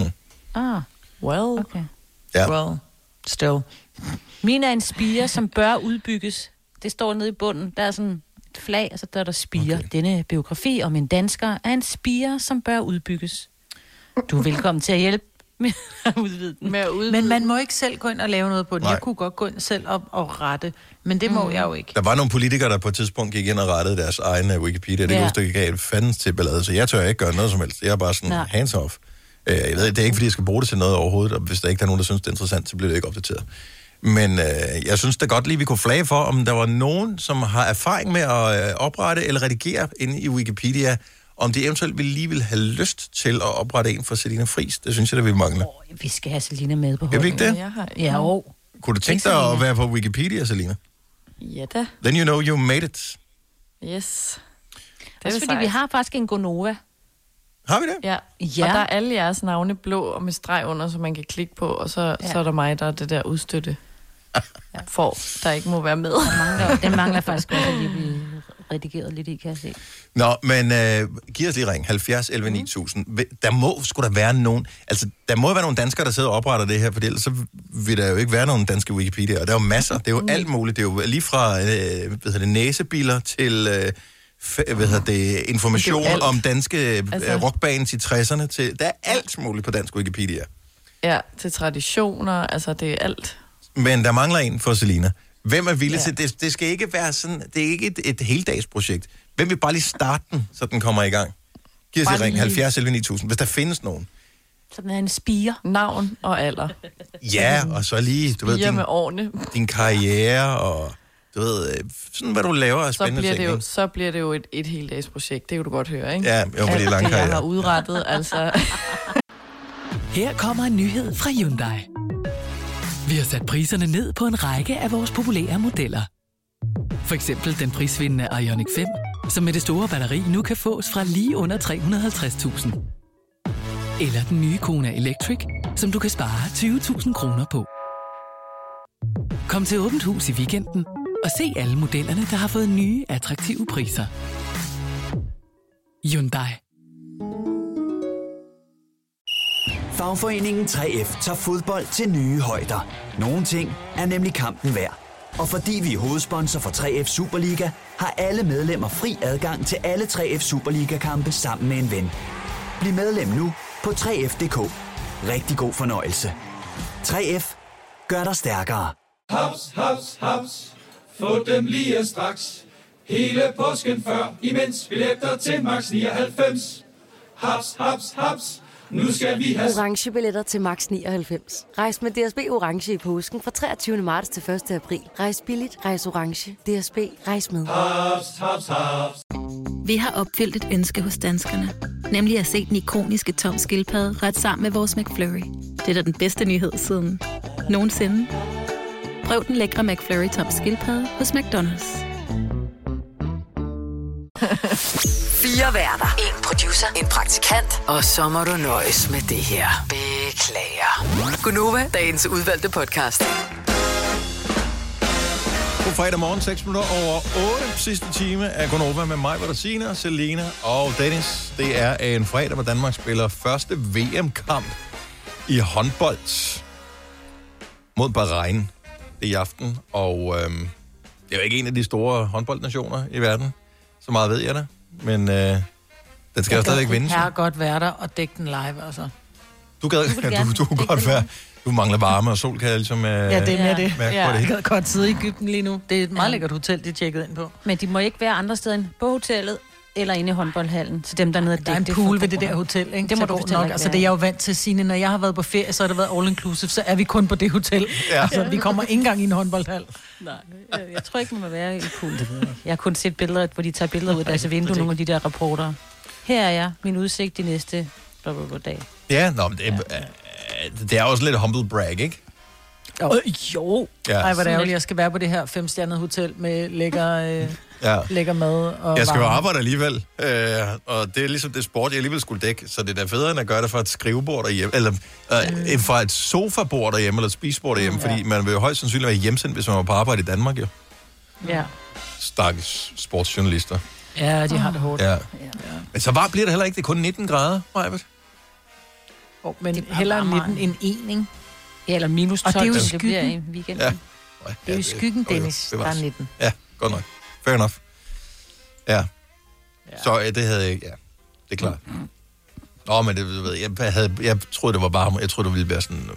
Okay. Ja. Well, still. Min er en spire, som bør udbygges. Det står nede i bunden. Der er sådan et flag, og så der spire. Okay. Denne biografi om en dansker er en spire, som bør udbygges. Du er velkommen til at hjælpe med at udvide den. Men man må ikke selv gå ind og lave noget på den. Nej. Jeg kunne godt gå ind selv og rette, men det må jeg jo ikke. Der var nogle politikere, der på et tidspunkt gik ind og rettede deres egen Wikipedia. Det kunne ikke gav fandens til ballade, så jeg tør ikke gøre noget som helst. Jeg er bare sådan hands off. Jeg ved, det er ikke, fordi jeg skal bruge det til noget overhovedet, og hvis der ikke er nogen, der synes, det er interessant, så bliver det ikke opdateret. Men jeg synes da godt lige, vi kunne flage for, om der var nogen, som har erfaring med at oprette eller redigere inde i Wikipedia, om de eventuelt ville have lyst til at oprette en for Selina Friis. Det synes jeg, der vi mangler. Vi skal have Selina med på holdet. Er vi ikke det? Ja. Kunne du tænke dig at være på Wikipedia, Selina? Ja da. Then you know you made it. Yes. Det er fordi, vi har faktisk en Gonova. Har vi det? Ja. Og der er alle jeres navne blå og med streg under, så man kan klikke på, og så er der mig, der er det der udstøtte for, der ikke må være med. Den mangler faktisk også lige blive redigeret lidt i, kan jeg se. Nå, men giv os lige ring. 70 11 9000. Skulle der være nogen... Altså, der må være nogle danskere, der sidder og opretter det her, for ellers så vil der jo ikke være nogen danske Wikipedia. Og der er jo masser. Det er jo alt muligt. Det er jo lige fra næsebiler til... information om danske rockbands i 60'erne til... Der er alt muligt på dansk Wikipedia. Ja, til traditioner, altså det er alt. Men der mangler en for Selina. Hvem er villig til... Det skal ikke være sådan... Det er ikke et heldagsprojekt. Hvem vil bare lige starte den, så den kommer i gang? Giv os et ring. 70 11 9000. Hvis der findes nogen. Så den er en spire. Navn og alder. Ja, og så lige... Du ved, med årene. din karriere og... du ved, sådan hvad du laver af spændende ting. Så bliver det jo et heldags projekt, det kan du godt høre, ikke? Ja, jo, fordi lange jeg har udrettet, altså. Her kommer en nyhed fra Hyundai. Vi har sat priserne ned på en række af vores populære modeller. For eksempel den prisvindende Ioniq 5, som med det store batteri nu kan fås fra lige under 350.000. Eller den nye Kona Electric, som du kan spare 20.000 kroner på. Kom til Åbent Hus i weekenden og se alle modellerne, der har fået nye, attraktive priser. Hyundai. Fagforeningen 3F tager fodbold til nye højder. Nogle ting er nemlig kampen værd. Og fordi vi er hovedsponsor for 3F Superliga, har alle medlemmer fri adgang til alle 3F Superliga-kampe sammen med en ven. Bliv medlem nu på 3F.dk. Rigtig god fornøjelse. 3F gør dig stærkere. Haps, haps, haps. Få dem lige straks. Hele påsken før, imens billetter til max 99. Haps, haps, haps. Nu skal vi have orange billetter til max 99. Rejs med DSB orange i påsken fra 23. marts til 1. april. Rejs billigt, rejs orange. DSB, rejs med. haps, haps, haps. Vi har opfyldt et ønske hos danskerne. Nemlig at se den ikoniske Tom Skildpadde ret sammen med vores McFlurry. Det er da den bedste nyhed siden nogensinde. Prøv den lækre McFlurry Tom Skildpadde hos McDonald's. 4 værter, 1 producer, en praktikant, og så må du nøjes med det her. Beklager. Gunova, dagens udvalgte podcast. God fredag morgen, 6 minutter over 8. Sidste time af Gunova med mig, Bertasina, Selena og Dennis. Det er en fredag, hvor Danmark spiller første VM-kamp i håndbold mod Bahrain i aften. Og det er jo ikke en af de store håndboldnationer i verden. Så meget ved jeg det. Men den skal jo stadigvæk vinde. Jeg kan godt være der og dække den live, altså. Du kunne godt være. Du mangler varme og sol, kan jeg ligesom ja, det er mere det. Mærke på det. Jeg kan godt sidde i Egypten lige nu. Det er et meget lækkert hotel, de er tjekket ind på. Men de må ikke være andre steder end på hotellet eller inde i håndboldhallen. Så dem dernede der er en pool ved det der hotel, ikke? Det må du nok. Altså det er jeg jo vant til, Signe. Når jeg har været på ferie, så har det været all inclusive, så er vi kun på det hotel. Ja. Altså vi kommer ikke engang i en håndboldhal. Nej, jeg tror ikke, man må være i pool. Jeg har kun set billeder, hvor de tager billeder ud af deres vindue, nogle af de der rapporter. Her er jeg, min udsigt de næste dag. Ja, det er også lidt humble brag, ikke? Jo. Ja. Ej, hvor det ærgerligt, jeg skal være på det her 5-stjernede hotel med lækker mad og jeg skal jo varme. arbejde alligevel, og det er ligesom det sport, jeg alligevel skulle dække, så det er da federe, end at gøre det fra et skrivebord derhjemme, eller fra et sofabord derhjemme, eller et spisebord derhjemme, fordi man vil jo højst sandsynligt være hjemsendt, hvis man var på arbejde i Danmark, jo. Ja. Stakkels sportsjournalister. Ja, de har det hårdt. Ja. Men så bliver det heller ikke, det er kun 19 grader, Majbert. Men hellere 19 end 1, ikke? Ja, eller minus 12, og det er jo det bliver i weekenden. Ja. Det er jo skyggen, Dennis, der er 19. Ja, godt nok. Fair enough. Ja. Så det havde jeg ikke, ja. Det er klart. Men det ved jeg troede, det var bare, jeg troede, det ville være sådan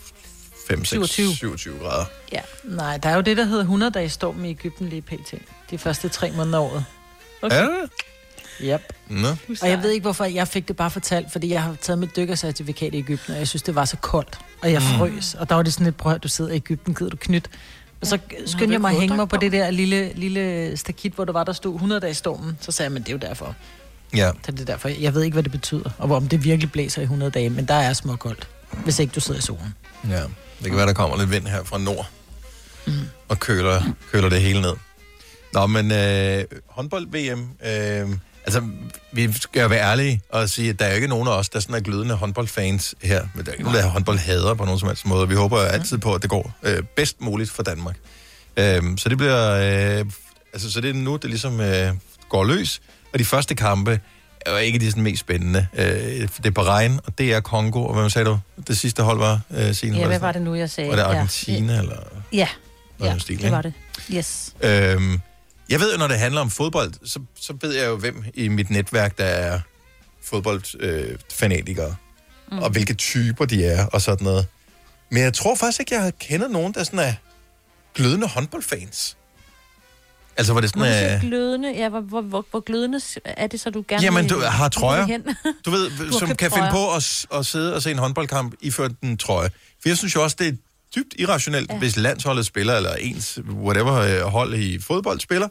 27 grader. Ja. Nej, der er jo det, der hedder 100-dages storm i Egypten lige pt. De første 3 måneder af året. Okay. Er det? Yep. Nå. Og jeg ved ikke, hvorfor jeg fik det bare fortalt, fordi jeg har taget mit dykkercertifikat i Egypten, og jeg synes, det var så koldt, og jeg frøs. Og der var det sådan lidt, prøv at du sidder i Egypten, gider du knyt? Og så skyndte jeg mig at hænge mig på det der lille stakit, hvor der stod 100-dages stormen. Så sagde jeg, men det er jo derfor. Ja. Så det er derfor. Jeg ved ikke, hvad det betyder, og om det virkelig blæser i 100 dage, men der er småkoldt, hvis ikke du sidder i solen. Ja, det kan være, der kommer lidt vind her fra nord, og køler det hele ned. Nå, men håndbold-VM, altså, vi skal jo være ærlige og sige, at der er jo ikke nogen af os, der sådan er glødende håndboldfans her, men der er ikke nogen, der er håndboldhader på nogen som helst måde. Vi håber altid på, at det går bedst muligt for Danmark. Så det bliver, så det er nu, det ligesom går løs, og de første kampe er jo ikke de sådan mest spændende. Det er Bahrain, og det er Kongo, og hvad sagde du, det sidste hold var, Signe? Ja, hvad var det nu, jeg sagde? Var det Argentina, eller? Ja, stil, det var det. Yes. Jeg ved jo, når det handler om fodbold, så ved jeg jo, hvem i mit netværk, der er fodboldfanatikere, og hvilke typer de er, og sådan noget. Men jeg tror faktisk ikke, jeg kender nogen, der sådan er glødende håndboldfans. Altså, hvor det sådan er... glødende? Ja, hvor glødende er det, så du gerne Jamen, du har trøjer. Du ved, du som kan finde på at sidde og se en håndboldkamp iført en trøje. For jeg synes jo også, det er dybt irrationelt, hvis landsholdet spiller, eller ens whatever hold i fodbold spiller,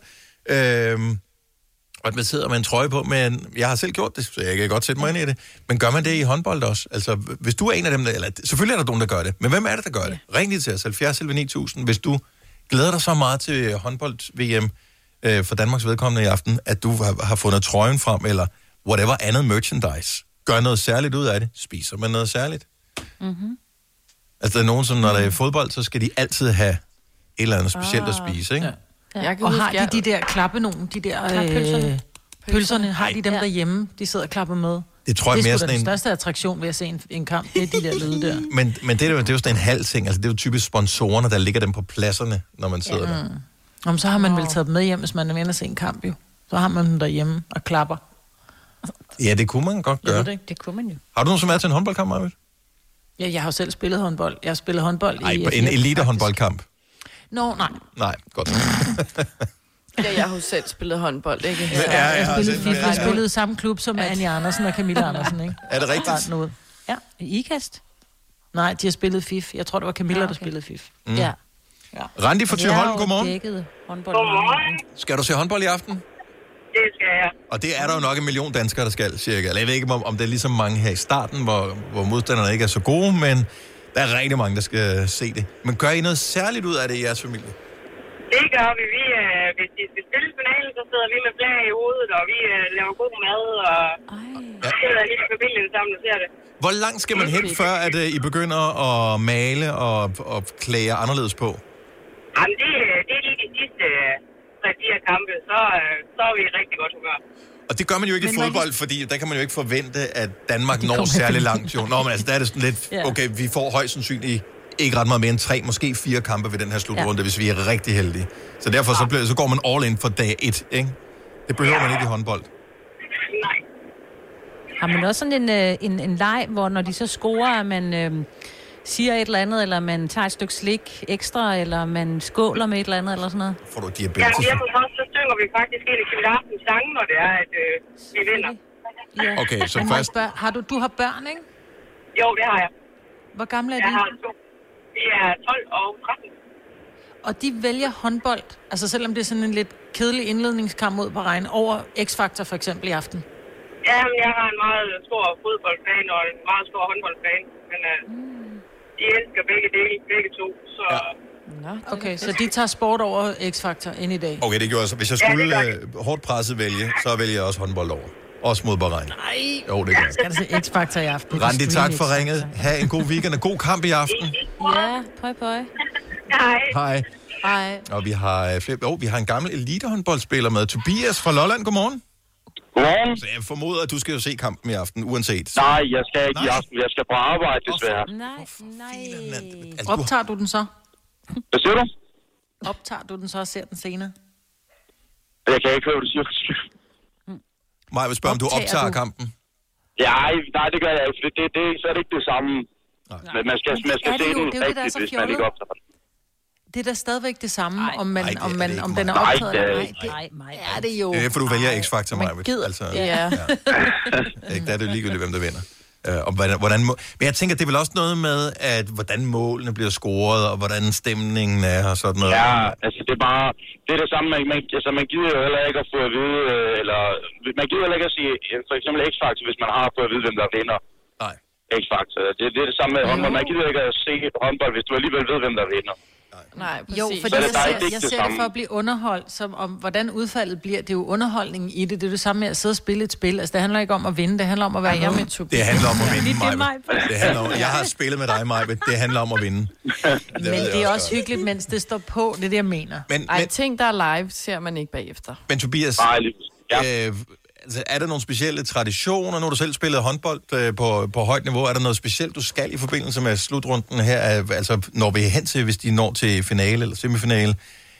og man sidder med en trøje på, men jeg har selv gjort det, så jeg kan godt sætte mig ind i det. Men gør man det i håndbold også? Altså, hvis du er en af dem, eller selvfølgelig er der nogen, der gør det, men hvem er det, der gør det? Ring lige til os, 70 9000, hvis du glæder dig så meget til håndbold-VM for Danmarks vedkommende i aften, at du har fundet trøjen frem, eller whatever andet merchandise. Gør noget særligt ud af det. Spiser man noget særligt? Mm-hmm. Altså, der er nogen, som når der er fodbold, så skal de altid have et eller andet specielt at spise, ikke? Ja. Og har de der klappenogen, de der pølserne, har de dem derhjemme, de sidder og klapper med? Det tror jeg mere sådan den største attraktion ved at se en kamp, det er de der lyde der. Men det er jo sådan en halv ting, altså det er jo typisk sponsorerne, der ligger dem på pladserne, når man sidder der. Om så har man vel taget dem med hjem, hvis man er ved at se en kamp jo. Så har man dem derhjemme og klapper. Ja, det kunne man godt gøre. Det kunne man jo. Har du nogen som er til en håndboldkamp, Marvitt? Ja, jeg har jo selv spillet håndbold. Jeg har spillet håndbold i... en elite-håndboldkamp? Nej. Nej, godt. Ja, jeg har jo selv spillet håndbold, ikke? Jeg spillede samme klub som Anja Andersen og Camilla Andersen, ikke? Er det rigtigt? Ja. I IKAST? Nej, de har spillet FIF. Jeg tror, det var Camilla, der spillede FIF. Ja. Randi fra Thyholm, godmorgen. Godmorgen. Skal du se håndbold i aften? Det skal jeg. Og det er der jo nok 1 million danskere, der skal, cirka. Eller jeg ved ikke, om det er ligesom mange her i starten, hvor modstanderne ikke er så gode, men der er rigtig mange, der skal se det. Men gør I noget særligt ud af det i jeres familie? Det gør vi. Hvis de skal spille finalen, så sidder vi med flag i hovedet, og vi laver god mad, og sidder hele familien sammen og ser det. Hvor langt skal man hen, før at I begynder at male og klæde anderledes på? Jamen, det er lige de sidste 3-4 kampe, så er vi rigtig godt humør. Og det gør man jo ikke i fodbold, fordi der kan man jo ikke forvente, at Danmark når særlig langt. Jo. Nå, men altså, der er det sådan lidt, okay, vi får højst sandsynligt ikke ret meget mere end 3, måske 4 kampe ved den her slutrunde, hvis vi er rigtig heldige. Så derfor så går man all in for dag 1, ikke? Det behøver man ikke i håndbold. Nej. Har man også sådan en leg, hvor når de så scorer, man siger et eller andet, eller man tager et stykke slik ekstra, eller man skåler med et eller andet, eller sådan noget? Får du diabetes? Ja, hjemme hos os, så synger vi faktisk en af Kim sange, når det er, at vi vinder. Ja. Okay, så men først... Du har børn, ikke? Jo, det har jeg. Hvor gamle er de? Jeg har 2. De er 12 og 13. Og de vælger håndbold, altså selvom det er sådan en lidt kedelig indledningskamp mod Bahrain, over X-Factor for eksempel i aften? Ja, men jeg har en meget stor fodboldfan og en meget stor håndboldfan, men de elsker begge to, så... Ja. Okay, så de tager sport over X-Factor ind i dag? Okay, det gjorde jeg så. Hvis jeg skulle hårdt presset vælge, så vælger jeg også håndbold over. Også mod Bahrain. Nej. Jo, det gør jeg. Skal du se X-Factor i aften? Randi, tak for ringet. Ha' en god weekend og god kamp i aften. Ja, pøj. Hej. Hej. Og vi har vi har en gammel elitehåndboldspiller med. Tobias fra Lolland, godmorgen. Godmorgen. Så jeg formoder, at du skal jo se kampen i aften, uanset. Nej, jeg skal ikke i aften. Jeg skal på arbejde, desværre. Nej. Altså, Optager du den så? Hvad siger du? Optager du den så og ser den senere? Jeg kan ikke høre, hvad du siger. Maja vil spørge, om du optager kampen. Ja, nej, det gør jeg ikke. Så er det ikke det samme. Nej. Men man skal se den rigtigt, hvis man ikke optager den. Det er da stadigvæk det samme, om den er optaget eller ej. Nej, er det jo. Det er derfor, du vælger X-Factor, Maja. Altså, ja. Der er det jo ligegyldigt, hvem der vinder. Men jeg tænker, det er vel også noget med, at hvordan målene bliver scoret, og hvordan stemningen er, og sådan noget. Ja, altså det er bare, det er det samme, man gider jo heller ikke at få at vide, eller man gider heller ikke at sige, for eksempel X-Factor, hvis man har fået at vide, hvem der vinder. Nej. X-Factor, det er det samme med håndbold. Man gider ikke at se håndbold, hvis du alligevel ved, hvem der vinder. Nej, præcis. Jo, fordi jeg ser det for at blive underholdt, som om hvordan udfaldet bliver. Det er jo underholdningen i det. Det er det samme med at sidde og spille et spil. Altså, det handler ikke om at vinde, det handler om at være hjemme med Tobias. Det handler om at vinde, Maja. Det handler om, jeg har spillet med dig, Maja. Det handler om at vinde. Men det er også hyggeligt, mens det står på. Det er det, jeg mener. Men ting, der er live, ser man ikke bagefter. Men Tobias, altså, er der nogle specielle traditioner, når du selv spillede håndbold på højt niveau? Er der noget specielt, du skal i forbindelse med slutrunden her? Altså, når vi er hen til, hvis de når til finale eller semifinale,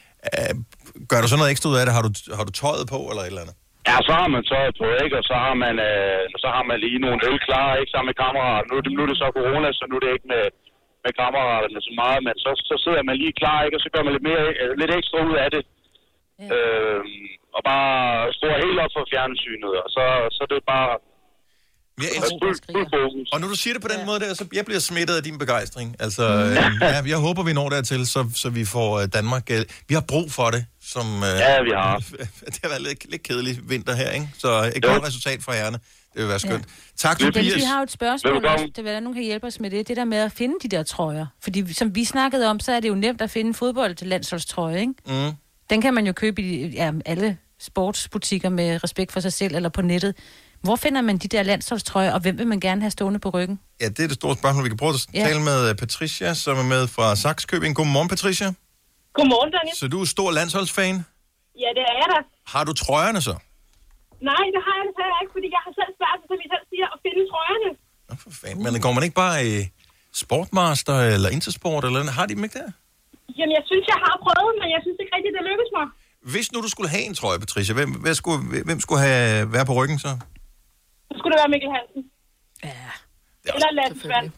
gør du så noget ekstra ud af det? Har du tøjet på, eller et eller andet? Ja, så har man tøjet på, ikke? Og så har man lige nogle øl klar, ikke? Sammen med kammerater. Nu er det så corona, så nu er det ikke med kammeraterne så meget, men så sidder man lige klar, ikke? Og så gør man lidt ekstra ud af det. Ja. Og bare står helt op for fjernsynet, og så er det bare Og når du siger det på den måde der, så jeg bliver smittet af din begejstring. Altså, jeg håber, vi når dertil, så vi får Danmark... Vi har brug for det, som... Ja, vi har. Det har været lidt kedelig vinter her, ikke? Så et godt resultat for hjernen. Det vil være skønt. Tak, Tobias. Vi har jo et spørgsmål også, til hvordan nogen kan hjælpe os med det. Det der med at finde de der trøjer. Fordi som vi snakkede om, så er det jo nemt at finde fodbold til landsholdstrøje, ikke? Mm. Den kan man jo købe i alle sportsbutikker med respekt for sig selv eller på nettet. Hvor finder man de der landsholdstrøjer, og hvem vil man gerne have stående på ryggen? Ja, det er det store spørgsmål. Vi kan prøve at tale med Patricia, som er med fra Sakskøbing. Godmorgen, Patricia. Godmorgen, Daniel. Så du er stor landsholdsfan? Ja, det er jeg da. Har du trøjerne så? Nej, det har jeg desværre ikke, fordi jeg har selv svært, som I selv siger, at finde trøjerne. Nå, for fanden. Men går man ikke bare i Sportmaster eller Intersport, eller har de dem ikke der? Jamen, jeg synes, jeg har prøvet, men jeg synes ikke rigtigt, det lykkes mig. Hvis nu du skulle have en trøje, Patricia, hvem skulle være på ryggen så? Så skulle det være Mikkel Hansen. Ja. Eller Lasse Svand.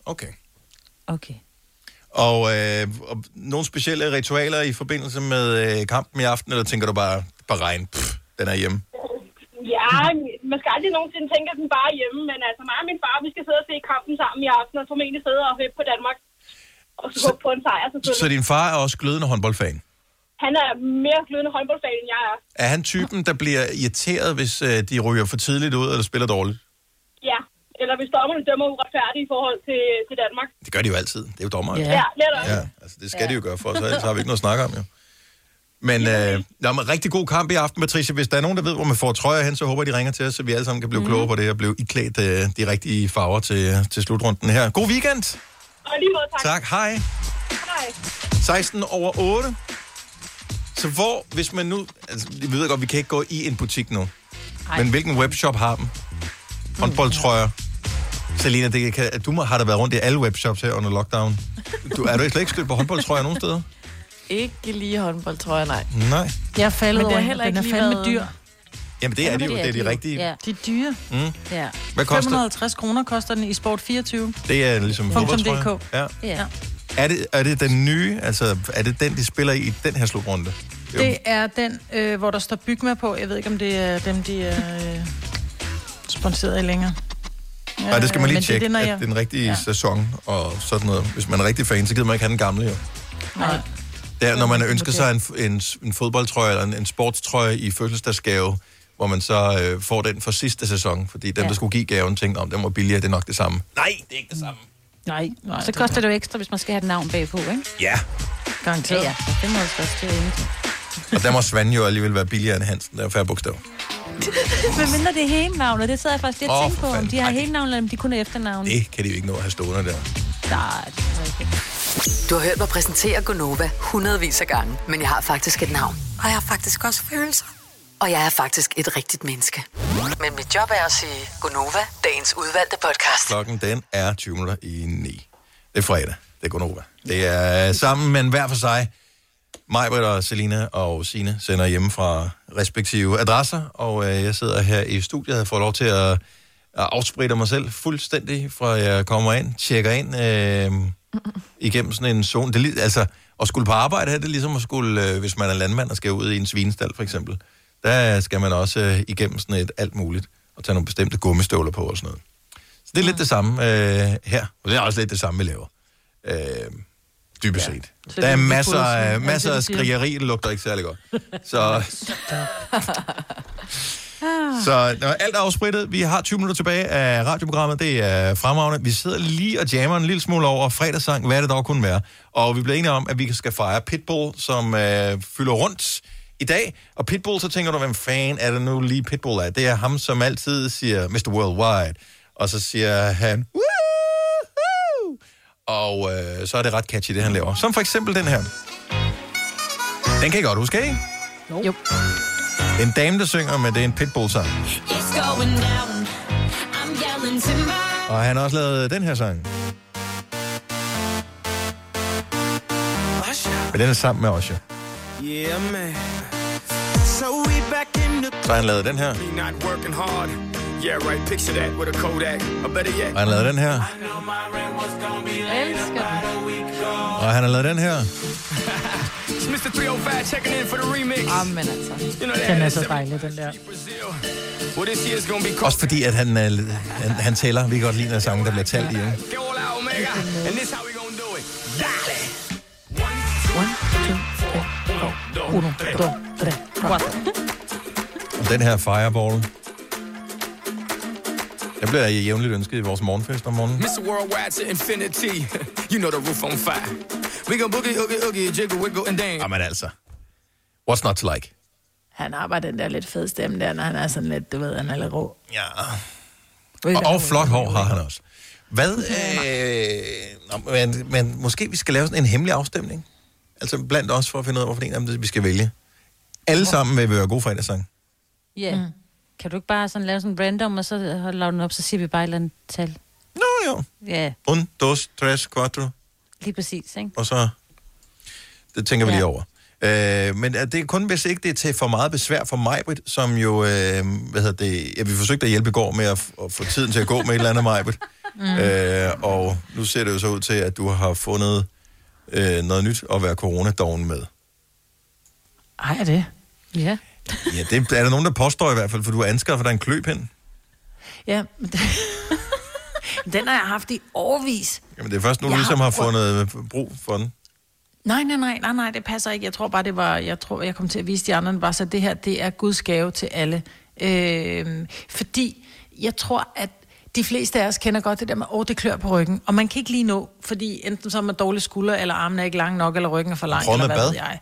Okay. Og nogle specielle ritualer i forbindelse med kampen i aften, eller tænker du bare regn? Den er hjemme. Ja, man skal aldrig nogensinde tænke, at den bare er hjemme, men altså mig og min far, vi skal sidde og se kampen sammen i aften, og formentlig sidde og høbe på Danmark. Og så håbe på en sejr, selvfølgelig. Så din far er også glødende håndboldfan? Han er mere glødende håndboldfan, end jeg er. Er han typen, der bliver irriteret, hvis de ryger for tidligt ud, eller spiller dårligt? Ja, eller hvis dommerne dømmer uretfærdigt i forhold til Danmark. Det gør de jo altid. Det er jo dommer. Ja, netop. Ja, altså det skal de jo gøre for, så ellers har vi ikke noget at snakke om, jo. Men rigtig god kamp i aften, Patricia. Hvis der er nogen, der ved, hvor man får trøjer hen, så håber de ringer til os, så vi alle sammen kan blive klogere på det og blive iklædt de rigtige farver til slutrunden her. God weekend! Og lige måde, tak. Tak, hej. Hej. 16:08. Så hvis man nu... Altså, vi ved godt, vi kan ikke gå i en butik nu. Men hvilken webshop har dem? Håndboldtrøjer. Selina, har der været rundt i alle webshops her under lockdown? Er du slet ikke stødt på håndboldtrøjer nogen steder? Ikke lige håndboldtrøjer, nej. Nej. Jeg er faldet over, heller ikke den er fandme dyr. Jamen det er de jo, det er de rigtige. Ja. De er dyre. Ja. Hvad koster? 550 kroner koster den i Sport 24. Det er ligesom fodboldtrøje. Ja. Er det den nye, altså er det den, de spiller i den her slutrunde? Det er den, hvor der står Bygma på. Jeg ved ikke, om det er dem, de er sponsoreret i længere. Nej, det skal man lige tjekke, det, at det er den rigtige sæson og sådan noget. Hvis man er rigtig fan, så gider man ikke have den gamle, jo. Nej. Det er, når man ønsker sig en fodboldtrøje eller en sportstrøje i fødselsdagsgave, hvor man så får den for sidste sæson, fordi dem, der skulle give gaven, tænkte, om den var billigere, det er nok det samme. Nej, det er ikke det samme. Nej, så koster det jo ekstra, hvis man skal have et navn bagpå, ikke? Ja. Garanteret. Ja, det må også koste ingenting. Og der må Svand jo alligevel være billigere end Hansen, der er færre bogstav. Men mindre det er hele navnet, det sidder jeg faktisk lidt tænkt på, om de har hele navnet, eller om de kun er efternavn. Det kan de jo ikke nå at have stående der. Nej, det er ikke. Du har hørt mig præsentere Gonova hundredvis af gange, men jeg har faktisk et navn. Og jeg har faktisk også følelser. Og jeg er faktisk et rigtigt menneske. Men mit job er at sige Gonova, dagens udvalgte podcast. Klokken den er 20:09. Det er fredag. Det er Gonova. Det er sammen, men hver for sig. Majbrit og Selina og Signe sender hjemme fra respektive adresser, og jeg sidder her i studiet og får lov til at afspritte mig selv fuldstændig, fra jeg kommer ind, tjekker ind igennem sådan en zone. Det, altså, at skulle på arbejde her, det er ligesom at skulle, hvis man er landmand og skal ud i en svinestald for eksempel, der skal man også igennem sådan et alt muligt, og tage nogle bestemte gummistøvler på og sådan noget. Så det er lidt det samme her, og det er også lidt det samme, vi laver. Dybest set. Der er masser af skrigeri, det lugter ikke særlig godt. Så når alt er afsprittet, vi har 20 minutter tilbage af radioprogrammet, det er fremragende. Vi sidder lige og jammer en lille smule over fredagssang, hvad det dog kunne være. Og vi bliver enige om, at vi skal fejre Pitbull, som fylder rundt i dag. Og Pitbull, så tænker du, hvem fan er det nu lige Pitbull er? Det er ham, som altid siger Mr. Worldwide. Og så siger han woohoo! Og så er det ret catchy, det han laver. Som for eksempel den her. Den kan I godt huske, ikke? Jo. En dame, der synger, men det er en Pitbull-sang. Og han har også lavet den her sang. Men den er sammen med Usher. Så har han lavet den her. Og han har lavet den her. Og han har lavet den her. Amen, altså. Den er så dejlig, den der. Også fordi, at han tæller. Vi kan godt lide en sang, der bliver talt i, ikke? Og den her Fireball, den bliver jævnligt ønsket i vores morgenfest om morgenen. Mr. Worldwide to infinity. You know the roof on fire. We gon' boogie, oogie, jiggle, wiggle and dance. Jamen altså. What's not to like? Han har bare den der lidt fede stemme der, når han er sådan lidt, du ved, han er lidt rå. Ja. Og flot hår har han også. Hvad? Men måske vi skal lave sådan en hemmelig afstemning. Altså blandt os for at finde ud af, hvorfor en af dem vi skal vælge. Alle sammen vil være gode fredagssang. Ja. Yeah. Kan du ikke bare sådan lave sådan random, og så lave den op, så siger vi bare et eller andet tal? Nå jo. Ja. 1, 2, 3, 4. Lige præcis, ikke? Og så, det tænker vi lige over. Men det er kun, hvis ikke det er til for meget besvær for Majbrit, som jo, vi forsøgte at hjælpe i går med at få tiden til at gå med et eller andet Majbrit. Og nu ser det jo så ud til, at du har fundet noget nyt at være coronadoven med. Ej, er det? Ja. Ja, det er der nogen, der påstår i hvert fald, for du har anskaffet dig en kløpind. Ja, den har jeg haft i årevis. Jamen det er først nu, du ligesom har fundet brug for den. Nej, det passer ikke. Jeg tror bare, jeg kom til at vise de andre, bare så det her, det er Guds gave til alle. Fordi jeg tror, at de fleste af os kender godt det der med, det klør på ryggen. Og man kan ikke lige nå, fordi enten så er man dårlig skulder, eller armen er ikke lang nok, eller ryggen er for lang, eller hvad ved jeg.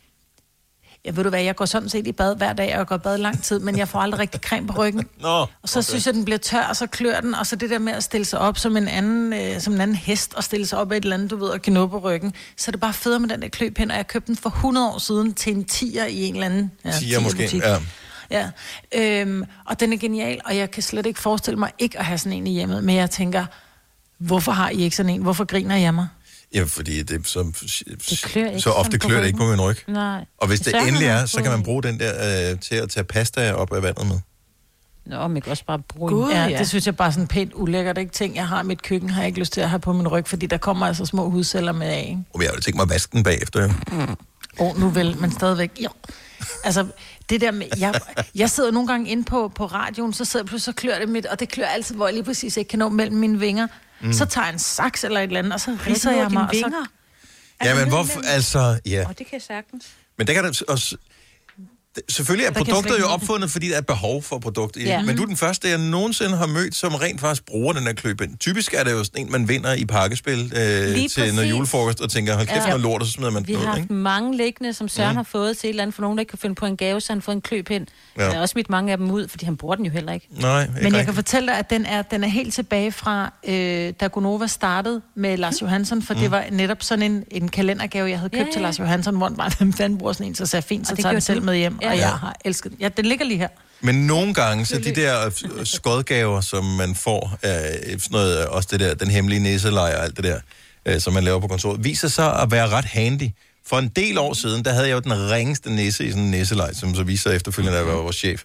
Jeg ved du hvad, jeg går sådan set i bad hver dag, og jeg går i bad lang tid, men jeg får aldrig rigtig creme på ryggen. Og så synes jeg, den bliver tør, og så klør den, og så det der med at stille sig op som en anden hest, og stille sig op af et eller andet, du ved, og knuppe på ryggen. Så er det bare federe med den der kløpind, og jeg købte den for 100 år siden til en 10'er i en eller anden... Ja, 10'er måske, ja. Og den er genial, og jeg kan slet ikke forestille mig ikke at have sådan en i hjemmet, men jeg tænker, hvorfor har I ikke sådan en? Hvorfor griner jeg mig? Ja, fordi det så ofte klør det ikke på min ryg. Nej. Og hvis det endelig er, så kan man bruge den der til at tage pasta op af vandet med. Nå, man kan også bare bruge ja, det synes jeg bare sådan pænt ulækkert. Ikke ting, jeg har i mit køkken, har jeg ikke lyst til at have på min ryg, fordi der kommer altså små hudceller med af. Og jeg har jo tænkt mig at vaske den bagefter. Nu vel, men stadigvæk. Jo. Altså, det der med... Jeg sidder nogle gange inde på radioen, så sidder pludselig, så klør det mit, og det klør altid, hvor jeg lige præcis ikke kan nå mellem mine vinger. Så tager jeg en saks eller et eller andet, og så ridser jeg mig. Vinger? Ja, men hvorfor... Altså, ja. Det kan jeg sagtens. Men der kan der også... Selvfølgelig er produktet jo opfundet, fordi der er behov for produktet. Ja. Men du er den første, jeg nogensinde har mødt, som rent faktisk bruger den der kløbind. Typisk er det jo sådan en, man vinder i pakkespil til noget julefrokost, og tænker, hold kæft, noget lort, og så smider man den ud. Vi har haft mange liggende, som Søren har fået til et eller andet, for nogen, der ikke kan finde på en gave, så han får en kløbind. Ja. Jeg har også smidt mange af dem ud, fordi han bruger den jo heller ikke. Nej, ikke. Men jeg kan fortælle dig, at den er helt tilbage fra, da Gonova startede med Lars Johansson, for det var netop sådan en kalendergave, jeg havde købt til Lars Johansson, hvor han bruger sådan en, så sagde fint, så tager den selv med hjem, og jeg har elsket den. Ja, den ligger lige her. Men nogle gange, så de der skodgaver, som man får, sådan noget, også det der, den hemmelige nisselej og alt det der, som man laver på kontoret, viser sig at være ret handy. For en del år siden, der havde jeg jo den ringeste nisse i sådan en nisselej, som så viser sig efterfølgende, at jeg var vores chef.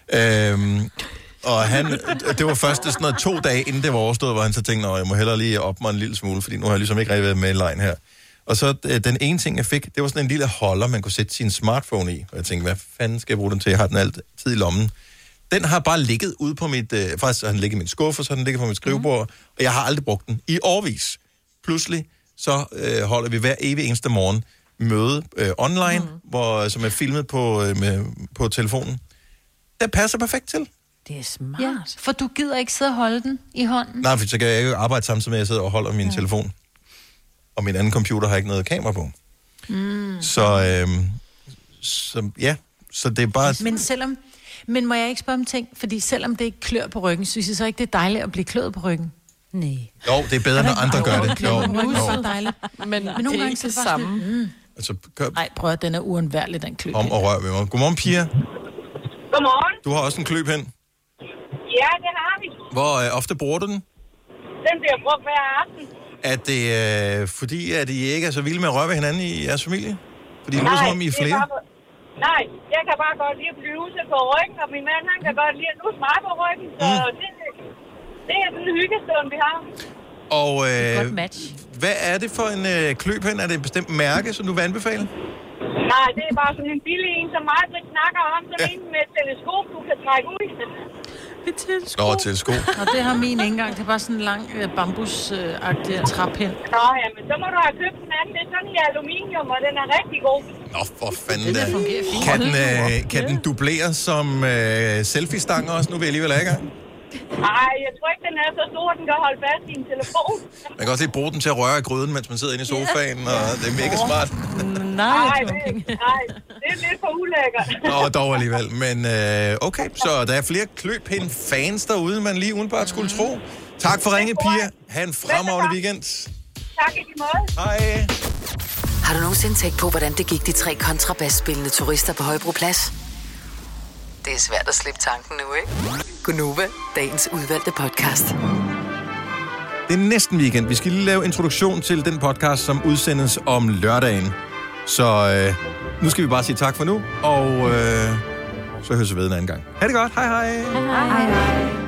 Og det var først sådan noget 2 dage, inden det var overstået, hvor han så tænkte, jeg må hellere lige op mig en lille smule, fordi nu har jeg ligesom ikke rigtig været med i lejen her. Og så den ene ting, jeg fik, det var sådan en lille holder, man kunne sætte sin smartphone i. Og jeg tænkte, hvad fanden skal jeg bruge den til? Jeg har den altid i lommen. Den har bare ligget ude på mit... faktisk har den ligget i min skuffe, så har den ligget på mit skrivebord, og jeg har aldrig brugt den i årevis. Pludselig så holder vi hver evig eneste morgen møde online, som er filmet på telefonen. Det passer perfekt til. Det er smart. Ja, for du gider ikke sidde og holde den i hånden. Nej, for så kan jeg ikke arbejde samtidig med, at jeg sidder og holder min telefon. Og min anden computer har ikke noget kamera på. Så det er bare... Men må jeg ikke spørge om ting? Fordi selvom det ikke klør på ryggen, synes jeg så ikke, det er dejligt at blive kløet på ryggen? Nej. Jo, det er bedre, når andre gør det. Jo. Det er dejligt. Men nogle gange er det samme. Nej, prøv at den er uundværlig, den kløb. Om og rør ved mig. Godmorgen, Pia. Godmorgen. Du har også en kløb hen. Ja, det har vi. Hvor ofte bruger du den? Den bliver brugt hver aften. Er det fordi, at I ikke er så vilde med at røre ved hinanden i jeres familie? Fordi det lyder som om I er flere? Nej, jeg kan bare godt lide at flyve på ryggen, og min mand, han kan godt lide at nusse mig på ryggen, så det er sådan en hyggestund, vi har. Og godt match. Hvad er det for en kløb hen? Er det et bestemt mærke, som du vil anbefale? Nej, det er bare sådan en billig en, som Maj-Brit snakker om. Sådan en med et teleskop, du kan trække ud. Et teleskop? Nå, teleskop. Og det har min ikke engang. Det er bare sådan en lang bambus-agtig trappind. Nå, ja, men så må du have købt den anden. Det er sådan i aluminium, og den er rigtig god. Nå, for fanden Det da. fungerer fint. Kan den dublere som selfie-stang også? Nu vil jeg alligevel have i gang. Nej, jeg tror ikke, den er så stor, at den kan holde fast i en telefon. Man kan også lige bruge den til at røre gryden, mens man sidder inde i sofaen, og det er mega smart. Nej, det er lidt for ulækkert. Nå, dog alligevel. Men okay, så der er flere kløpinde-fans derude, man lige udenbart skulle tro. Tak for ringet, Pia. Ha' en fremragende weekend. Tak i lige måde. Hej. Har du nogensinde tænkt på, hvordan det gik de 3 kontrabasspillende turister på Højbroplads? Det er svært at slippe tanken nu, ikke? Gunova, dagens udvalgte podcast. Det er næsten weekend. Vi skal lige lave introduktion til den podcast, som udsendes om lørdagen. Så nu skal vi bare sige tak for nu, og så høres vi ved en anden gang. Ha' det godt. Hej hej. Hej hej.